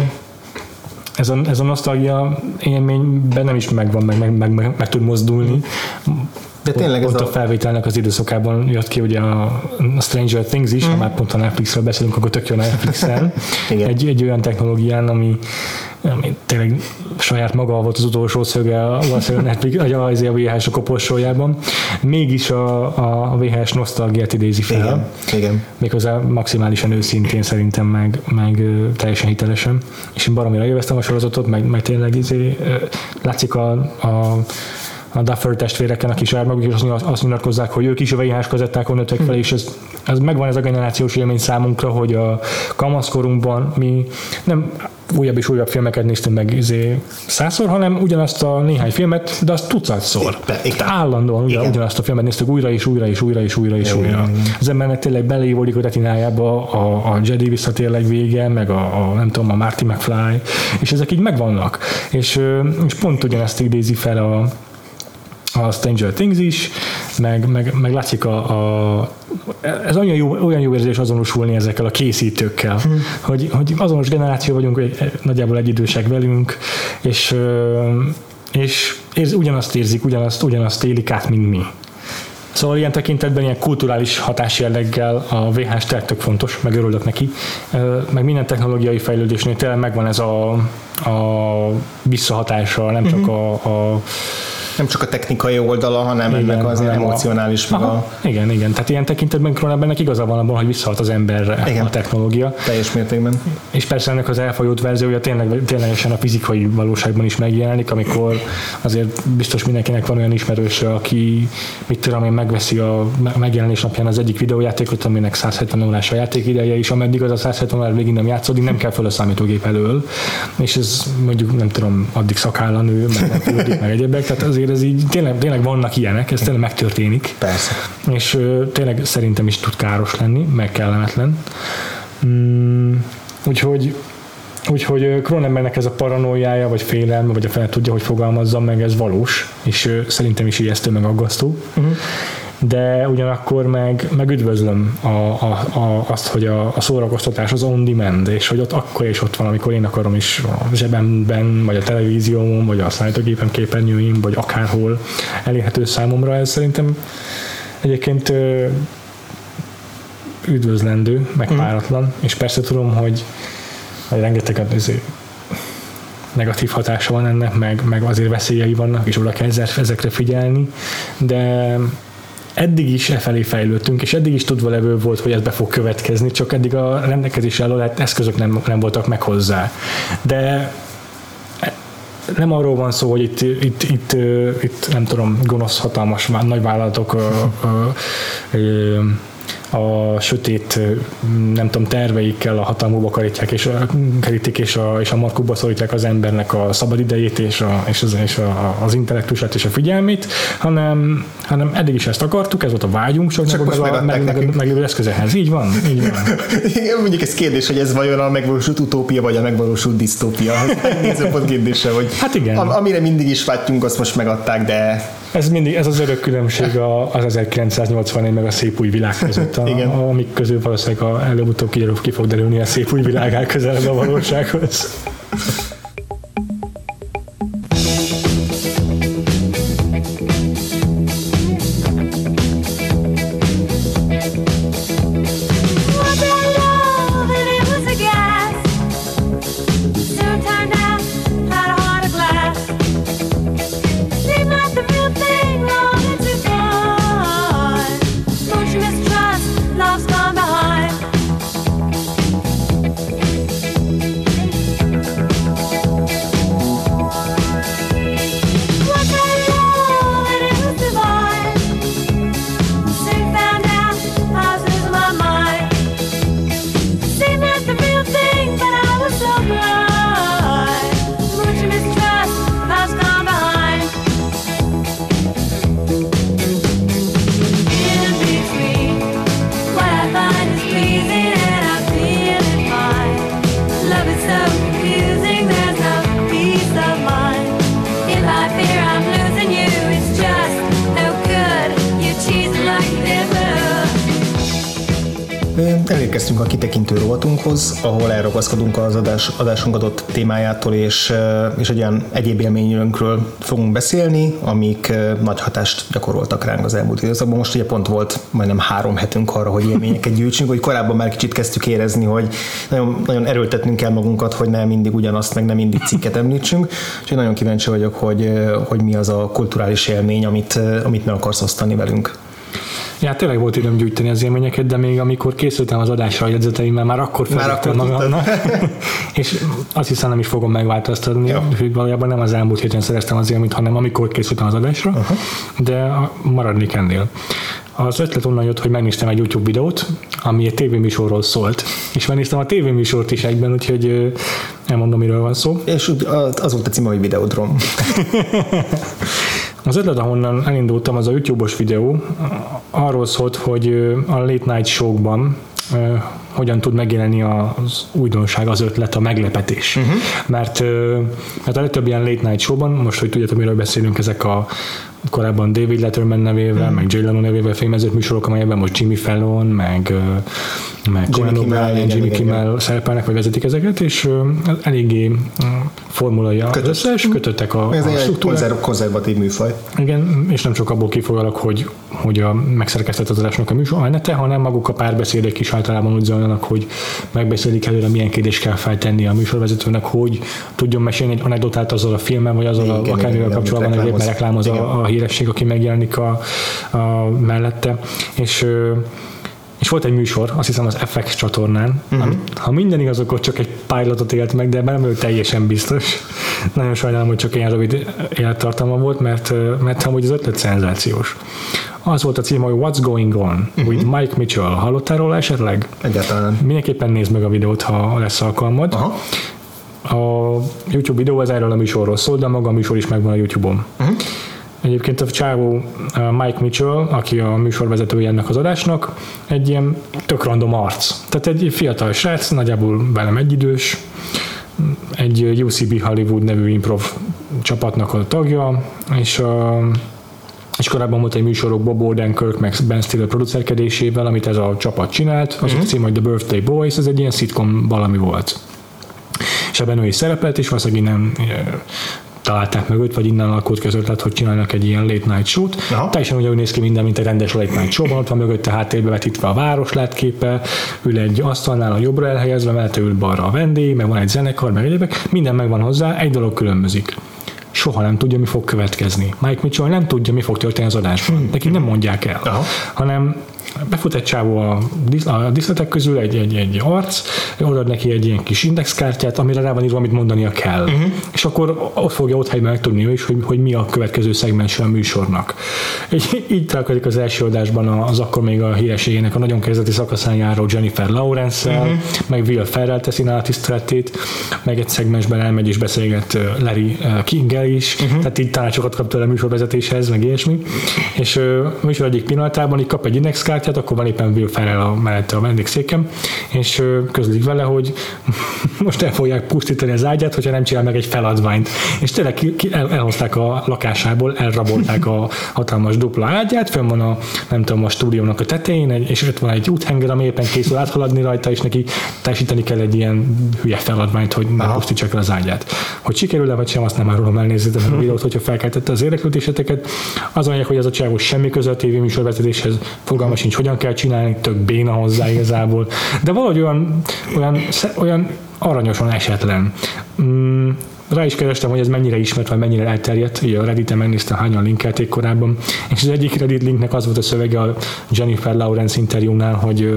ez a nosztalgia élmény bennem is megvan, meg tud mozdulni. De tényleg pont a felvételnek az időszakában jött ki ugye a Stranger Things is, ha már pont a Netflixről beszélünk, akkor tök jó Netflixen. egy olyan technológián, ami tényleg saját maga volt az utolsó szöge a VHS a koporsójában. Mégis a VHS nosztalgiát idézi fel. Igen. Méghozzá maximálisan őszintén szerintem, meg teljesen hitelesen. És én baromira élveztem a sorozatot, meg tényleg látszik a Duffer testvéreken, a kis ármagok, és azt nyilatkozzák, hogy ők is a VHS kazettákon nőttek fel, és ez megvan ez a generációs élmény számunkra, hogy a kamaszkorunkban mi nem újabb és újabb filmeket néztünk meg 100-szor, hanem ugyanazt a néhány filmet, de azt tucatszor. Állandóan ugyanazt a filmet néztük újra. Az embernek tényleg beleívódik a retinájába a Jedi visszatérleg vége, meg a nem tudom, a Marty McFly, és ezek így megvannak. És pont ugyanezt idézi fel a Stranger Things is, meg látszik ez olyan jó érzés azonosulni ezekkel a készítőkkel, hogy azonos generáció vagyunk, nagyjából egy idősek velünk, és és ugyanazt érzik, ugyanazt élik át, mint mi. Szóval ilyen tekintetben ilyen kulturális hatásjelleggel a VHS tök fontos, meg örülök neki, meg minden technológiai fejlődésnél tényleg megvan ez a visszahatása, nem csak nem csak a technikai oldala, hanem ennek az emocionális. Igen. Tehát ilyen tekintetben Cronenbergnek igaza van abban, hogy visszahat az emberre a technológia. Teljes mértékben. És persze ennek az elfajult verziója ténylegesen a fizikai valóságban is megjelenik, amikor azért biztos mindenkinek van olyan ismerőse, aki mit tudom én, megveszi a megjelenés napján az egyik videójátékot, aminek 170 órás a játékideje, és ameddig az a 170 órás végig nem játszódik, nem kell föl a számítógép elől. És ez mondjuk nem tudom, addig szakállan nő, meg nem fürdik, meg egyébek. Tehát azért ez így tényleg vannak ilyenek, ez tényleg megtörténik. Persze. És tényleg szerintem is tud káros lenni, meg kellemetlen. Úgyhogy Cronenbergnek ez a paranoiája, vagy félelme, vagy a fel tudja, hogy fogalmazzam meg, ez valós, és szerintem is ijesztő, meg aggasztó. De ugyanakkor meg üdvözlöm azt, hogy a szórakoztatás az on demand, és hogy ott akkor is ott van, amikor én akarom is a zsebemben, vagy a televíziómon, vagy a számítógépem képernyőim, vagy akárhol elérhető számomra. Ez szerintem egyébként üdvözlendő, meg páratlan, és persze tudom, hogy rengeteg negatív hatása van ennek, meg azért veszélyei vannak, és oda kell ezekre figyelni, de eddig is felé fejlődtünk, és eddig is tudva levő volt, hogy ez be fog következni, csak eddig a rendelkezésre álló eszközök nem voltak meg hozzá. De nem arról van szó, hogy itt nem tudom, gonosz, hatalmas nagyvállalatok a sötét, nem tudom, terveikkel a hatalmukba kerítik és a markukba szorítják az embernek a szabadidejét és az intellektusát és a figyelmét, hanem eddig is ezt akartuk, ez volt a vágyunk, csak most a meglévő eszközehez. Így van. Igen, mondjuk ez kérdés, hogy ez vajon a megvalósult utópia, vagy a megvalósult disztópia. Nézőpont kérdése, hogy hát igen. Amire mindig is vágytunk, azt most megadták, de... Ez az örök különbség az 1984 meg a szép új világ között, amik közül valószínűleg előbb-utóbb ki fog derülni a szép új világ közelebb a valósághoz. Elérkeztünk a kitekintő rovatunkhoz, ahol elragaszkodunk az adásunk adott témájától, és egy olyan egyéb élményünkről fogunk beszélni, amik nagy hatást gyakoroltak ránk az elmúlt időszakban. Most ugye pont volt majdnem 3 hetünk arra, hogy élményeket gyűjtsünk, hogy korábban már kicsit kezdtük érezni, hogy nagyon, nagyon erőltetnünk kell magunkat, hogy nem mindig ugyanazt, meg nem mindig cikket említsünk. Úgyhogy nagyon kíváncsi vagyok, hogy mi az a kulturális élmény, amit meg akarsz osztani velünk. Ja, tényleg volt időm gyűjteni az élményeket, de még amikor készültem az adásra a jegyzeteimmel, már akkor felvettem magamnak. És azt hiszem nem is fogom megváltoztatni, hogy valójában nem az elmúlt héten szereztem az élményt, hanem amikor készültem az adásra, de maradnék ennél. Az ötlet onnan jött, hogy megnéztem egy YouTube videót, ami egy tévéműsorról szólt, és megnéztem a tévéműsort is egyben, úgyhogy elmondom, miről van szó. És az volt a címe, hogy Videodrom. Az ötlet, ahonnan elindultam, az a YouTube-os videó, arról szólt, hogy a late night show-ban hogyan tud megjelenni az újdonság, az ötlet, a meglepetés. Mert a legtöbb ilyen late night show-ban, most, hogy tudjátok, miről beszélünk, ezek a korábban David Letterman nevével, meg Jay Leno nevével fémezett műsorok, amelyekben most Jimmy Fallon, meg meg Jimmy Kimmel szerepelnek, vagy vezetik ezeket, és eléggé formulai az összes, kötöttek a struktúrát. Konzervatív műfaj. Igen, és nem csak abból kifolyólag, hogy a megszerkesztett az adásnak a műsormenete, hanem maguk a párbeszédek is általában úgy zajlanak, hogy megbeszélik előre, milyen kérdést kell feltenni a műsorvezetőnek, hogy tudjon mesélni egy anekdotát azzal a filmmel, vagy azzal akármivel kapcsolatban, egyébként mert reklámoz a híresség, aki megjelenik a mellette. És volt egy műsor, azt hiszem az FX csatornán, ha minden igaz, akkor csak egy pilotot élt meg, de nem vagyok teljesen biztos. Nagyon sajnálom, hogy csak ilyen rövid élettartalma volt, mert amúgy az ötlet szenzációs. Az volt a cím, hogy What's Going On with Mike Mitchell. Hallottál róla esetleg? Egyáltalán. Mindenképpen nézd meg a videót, ha lesz alkalmad. Aha. A YouTube videó az erről a műsorról szól, de maga a műsor is megvan a YouTube-on. Egyébként a csávó Mike Mitchell, aki a műsorvezetője ennek az adásnak, egy ilyen tök random arc. Tehát egy fiatal srác, nagyjából velem egyidős, egy UCB Hollywood nevű improv csapatnak a tagja, és korábban volt egy műsorok Bob Odenkirk meg Ben Stiller producerkedésével, amit ez a csapat csinált. Az a cím, hogy The Birthday Boys, ez egy ilyen sitcom valami volt. És ebben ő is szerepelt, és valószínűleg innen találták meg őt, vagy innen alakult között, hogy csinálnak egy ilyen late night show-t. Teljesen úgy néz ki minden, mint egy rendes late night show-ban, ott van mögötte háttérbe vetítve a város látképe, ül egy asztalnál a jobbra elhelyezve, mellette ül balra a vendég, meg van egy zenekar, meg egyébek, minden megvan hozzá, egy dolog különbözik. Soha nem tudja, mi fog következni. Mike Mitchell nem tudja, mi fog történni az adásban. Neki nem mondják el, hanem befut egy csávó a díszletek közül, egy arc, odaad neki egy ilyen kis indexkártyát, amire rá van írva, amit mondania kell. És akkor ott fogja ott helyben megtudni ő is, hogy mi a következő szegmense a műsornak. Így találkozik az első adásban az akkor még a hírességének a nagyon kezdeti szakaszán járó Jennifer Lawrence-szel, meg Will Ferrell teszi nála tiszteletét, meg egy szegmensben elmegy és beszélget Larry King-el is, tehát így tanácsokat kap tőle a műsorvezetéshez, meg ilyesmi. És a műsor egyik pillanatában így kap egy indexkártyát, akkor van éppen Will Ferrell mellette a vendégszékem, és közlik vele, hogy most el fogják pusztítani az ágyát, hogyha nem csinál meg egy feladványt. És tényleg elhozták a lakásából, elrabolták a hatalmas dupla ágyát, fönn van a stúdiónak a tetején, és ott van egy úthenger, ami éppen készül áthaladni rajta, és neki teljesíteni kell egy ilyen hülye feladványt, hogy ne pusztítsák el az ágyát. Hogy sikerül-e vagy sem, azt nem árulom, elnézzétek a videót, hogyha felkeltette az érdeklődéseteket. Az mondják, hogy az a csávó semmi köze a tévéműsorvezetéshez, fogalma sincs, hogyan kell csinálni, tök béna hozzá igazából. De valahogy olyan aranyosan esetlen. Rá is kerestem, hogy ez mennyire ismert, vagy mennyire elterjedt. Ugye a Redditen megnéztem, hányan linkelték korábban. És az egyik Reddit linknek az volt a szövege a Jennifer Lawrence interjúnál, hogy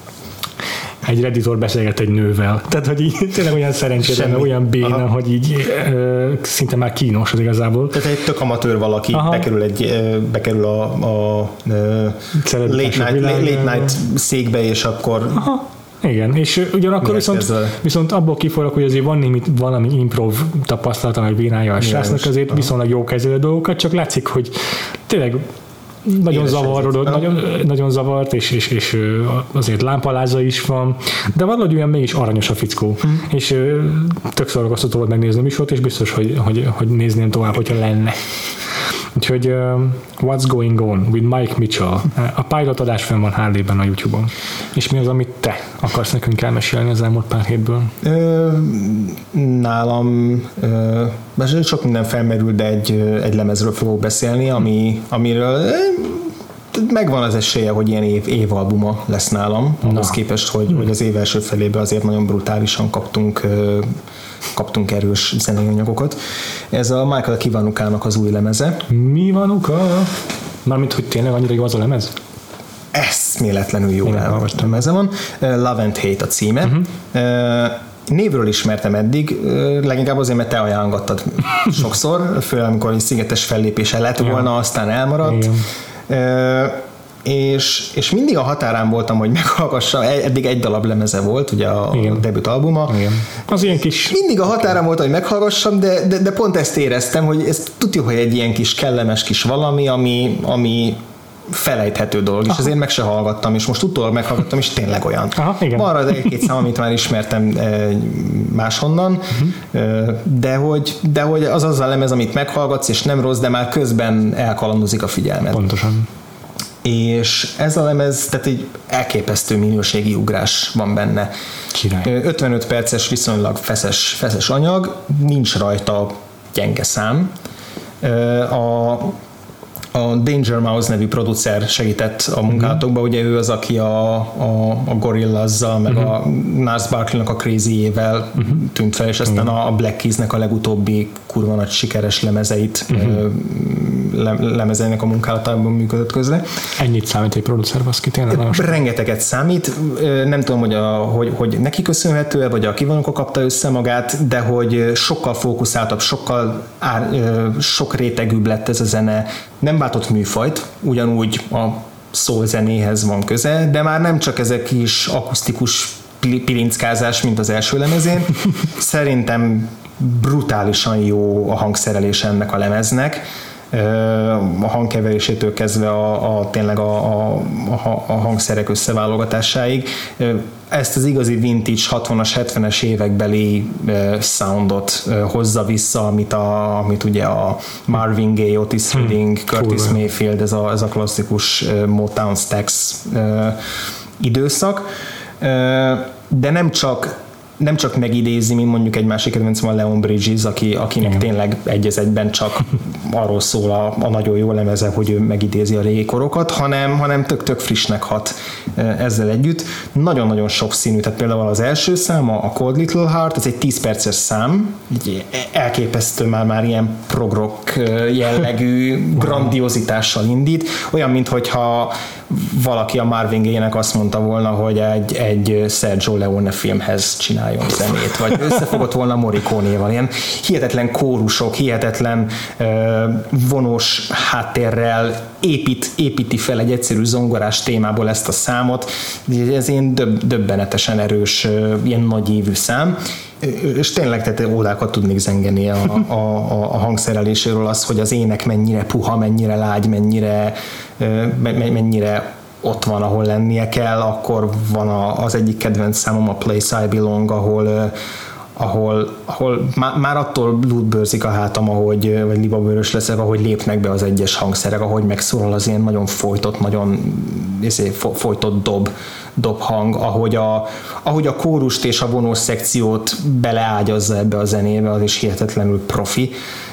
egy redditor beszélget egy nővel. Tehát, hogy így tényleg olyan szerencsétlen, olyan béna, hogy így szinte már kínos az igazából. Tehát egy tök amatőr valaki bekerül a late night székbe, és akkor... Igen, és ugyanakkor viszont abból kifolyólag, hogy azért van valami improv tapasztalata, meg bénája a srácnak, azért viszonylag jó kezelő dolgokat, csak látszik, hogy tényleg nagyon zavarodott, nagyon zavart, és azért lámpaláza is van, de valahogy olyan mégis aranyos a fickó. És tök szórakoztató volt megnézni a műsort, és biztos, hogy nézném tovább, hogyha lenne. Úgyhogy What's Going On with Mike Mitchell. A pilot adás fenn van Harley-ben a YouTube-on. És mi az, amit te akarsz nekünk elmesélni az elmúlt pár hétből? Nálam sok minden felmerül, de egy lemezről fogok beszélni, amiről megvan az esélye, hogy ilyen évalbuma lesz nálam, ahhoz képest, hogy az év első felében azért nagyon brutálisan kaptunk erős zenei anyagokat. Ez a Michael Kiwanukának az új lemeze. Mi Vanuka? Mármint, hogy tényleg annyira jó az a lemez? Eszméletlenül jó lemeze van. Love and Hate a címe. Névről ismertem eddig, leginkább azért, mert te ajánlottad sokszor, főleg amikor egy szigetes fellépéssel lett volna, aztán elmaradt. És mindig a határán voltam, hogy meghallgassam, eddig egy darab lemeze volt, ugye a debüt albuma. Igen. Az ilyen kis... Mindig a határán voltam, hogy meghallgassam, de pont ezt éreztem, hogy ez tudja, hogy egy ilyen kis kellemes kis valami, ami felejthető dolog, és ezért meg se hallgattam, és most utólag meghallgattam, és tényleg olyan. Van rá egy-két szám, amit már ismertem máshonnan, de hogy az a lemez, amit meghallgatsz, és nem rossz, de már közben elkalandozik a figyelmed. Pontosan. és ez a lemez, tehát egy elképesztő minőségi ugrás van benne. Király. 55 perces viszonylag feszes anyag, nincs rajta gyenge szám. A Danger Mouse nevű producer segített a munkálatokban, ugye ő az, aki a Gorillaz-zal, meg a Gnarls Barkley-nak a Crazy-ével tűnt fel, és aztán a Black Keys-nek a legutóbbi kurva nagy sikeres lemezeinek a munkálatában működött közre. Ennyit számít egy producer, baszki, tényleg? Rengeteget számít. Nem tudom, hogy neki köszönhető-e, vagy a kivonóka kapta össze magát, de hogy sokkal fókuszáltabb, sok rétegűbb lett ez a zene. Nem váltott műfajt, ugyanúgy a soul zenéhez van köze, de már nem csak ezek is akusztikus pilinckázás, mint az első lemezén. Szerintem brutálisan jó a hangszerelés ennek a lemeznek. A hangkeverésétől kezdve tényleg a hangszerek összeválogatásáig. Ezt az igazi vintage 60-as, 70-es évekbeli soundot hozza vissza, amit ugye a Marvin Gaye, Otis Redding, Curtis Mayfield, ez a klasszikus Motown Stax időszak. De nem csak megidézi, mint mondjuk egy másik kedvencem a Leon Bridges, akinek tényleg egy az egyben csak arról szól a nagyon jó lemeze, hogy ő megidézi a régi korokat, hanem tök frissnek hat ezzel együtt. Nagyon-nagyon sokszínű, tehát például az első szám, a Cold Little Heart, ez egy 10 perces szám, elképesztő már ilyen prog-rock jellegű grandiozitással indít, olyan, minthogyha valaki a Marvin Gaye-nek azt mondta volna, hogy egy Sergio Leone filmhez csináljon zenét, vagy összefogott volna Morricone-val. Ilyen hihetetlen kórusok, hihetetlen vonós háttérrel építi fel egy egyszerű zongorás témából ezt a számot. Ez ilyen döbbenetesen erős, ilyen nagyívű szám. És tényleg tehát ódákat tudnék zengeni a hangszereléséről, az, hogy az ének mennyire puha, mennyire lágy, mennyire ott van, ahol lennie kell. Akkor van az egyik kedvenc számom, a Place I Belong, ahol már attól lútbőrzik a hátam, vagy libabőrös leszek, ahogy lépnek be az egyes hangszerek, ahogy megszólal az ilyen nagyon folytott, folytott dobhang, ahogy a kórust és a vonós szekciót beleágyazza ebbe a zenébe, az is hihetetlenül profi.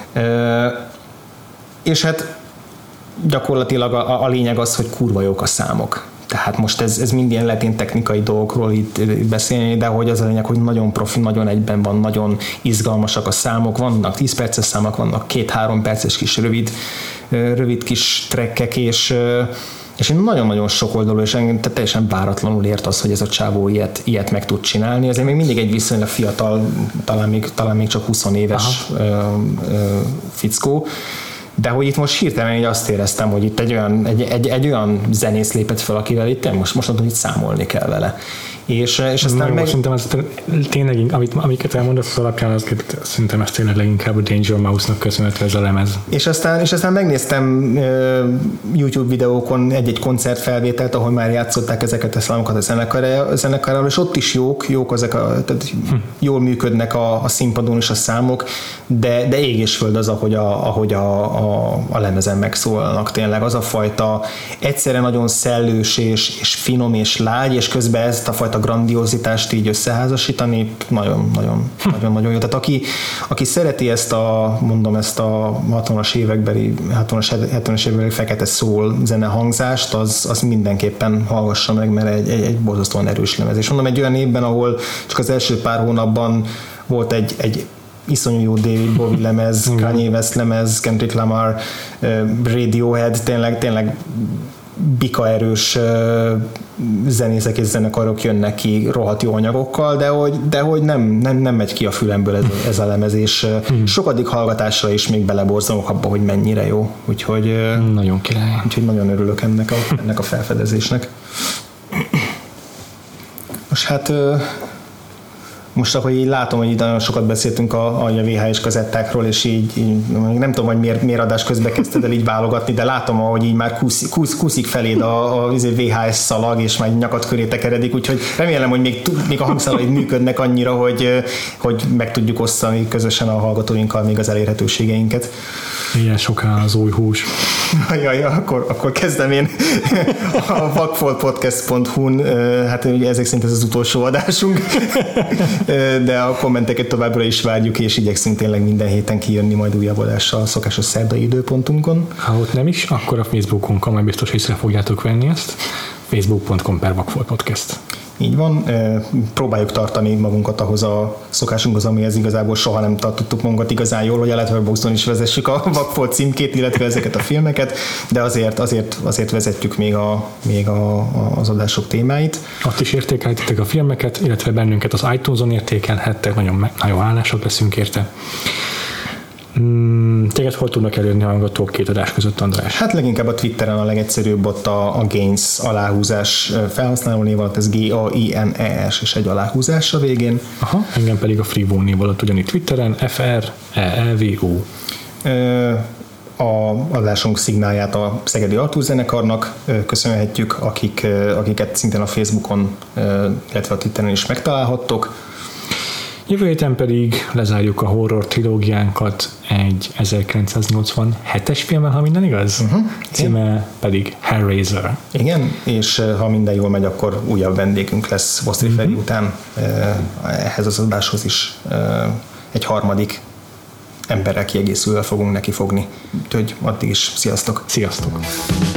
És hát gyakorlatilag a lényeg az, hogy kurva jók a számok. Tehát most ez mind ilyen lehet technikai dolgokról itt beszélni, de hogy az a lényeg, hogy nagyon profi, nagyon egyben van, nagyon izgalmasak a számok, vannak 10 perces számok, vannak 2-3 perces kis rövid kis trekkek, és nagyon-nagyon sok oldalú, és teljesen váratlanul ért az, hogy ez a csávó ilyet meg tud csinálni. Azért még mindig egy viszonylag fiatal, talán még csak 20 éves fickó, de hogy itt most hirtelen így azt éreztem, hogy itt egy olyan zenész lépett fel, akivel itt most mondom, hogy itt számolni kell vele. És aztán szerintem ez tényleg, amiket elmondasz az alapján, szerintem ez tényleg leginkább a Danger Mouse-nak köszönhető ez a lemez. És aztán megnéztem YouTube videókon egy-egy koncertfelvételt, ahol már játszották ezeket a számokat a zenekarral, és ott is jók ezek, tehát jól működnek a színpadon is a számok, de ég és föld az, ahogy a lemezen megszólalnak tényleg. Az a fajta egyszerre nagyon szellős és finom és lágy, és közben ezt a fajta grandiozitást így összeházasítani, nagyon jó. Tehát aki szereti ezt a 60-as évekbeli, 70-es évekbeli fekete soul zene hangzást, az mindenképpen hallgassa meg, mert egy borzasztóan erős lemez. És mondom, egy olyan évben, ahol csak az első pár hónapban volt egy iszonyú jó David Bowie lemez, Kanye West lemez, Kendrick Lamar, Radiohead, tényleg bikaerős zenészek és zenekarok jönnek ki rohadt jó anyagokkal, de hogy nem megy ki a fülemből ez a lemez, és sokadik hallgatásra is még beleborzolok abba, hogy mennyire jó. Úgyhogy nagyon király. Úgyhogy nagyon örülök ennek a felfedezésnek. Most hát most, ahogy így látom, hogy így nagyon sokat beszéltünk a VHS kazettákról, és így nem tudom, hogy miért adás közben kezdted el így válogatni, de látom, ahogy így már kúszik feléd a VHS szalag, és már nyakat köré tekeredik, úgyhogy remélem, hogy még a hangszalaid működnek annyira, hogy meg tudjuk osztani közösen a hallgatóinkkal még az elérhetőségeinket. Ilyen soká az új hús. Jaj, akkor kezdem én a vakfoltpodcast.hu-n, hát ugye ezek szerint ez az utolsó adásunk, de a kommenteket továbbra is várjuk, és igyekszünk tényleg minden héten kijönni majd újabb adással a szokásos szerdai időpontunkon. Ha ott nem is, akkor a Facebookunkon majd biztos észre fogjátok venni ezt. facebook.com/vakfoltpodcast. Így van, próbáljuk tartani magunkat ahhoz a szokásunkhoz, amihez igazából soha nem tartottuk magunkat igazán jól, hogy a Letterboxdon is vezessük a Vakfolt címkét, illetve ezeket a filmeket, de azért vezetjük még az adások témáit. Ott is értékelhetitek a filmeket, illetve bennünket az iTunes-on értékelhettek, nagyon hálásak leszünk érte. Téged hol tudnak elérni a hallgatók két adás között, András? Hát leginkább a Twitteren a legegyszerűbb, ott a Gaines aláhúzás felhasználónév alatt, ez GAINES és egy aláhúzás a végén. Aha, engem pedig a Freevo név alatt ugyanígy Twitteren, FREEVO. A adásunk szignálját a Szegedi Artúr zenekarnak köszönhetjük, akiket szintén a Facebookon, illetve a Twitteren is megtalálhattok. Jövő héten pedig lezárjuk a horror trilógiánkat egy 1987-es filmmel, ha minden igaz? Címe pedig Hellraiser. Igen, és ha minden jól megy, akkor újabb vendégünk lesz Bosztri Feri után. Ehhez az adáshoz is egy harmadik emberrel kiegészülve fogunk neki fogni. Úgyhogy addig is sziasztok! Sziasztok!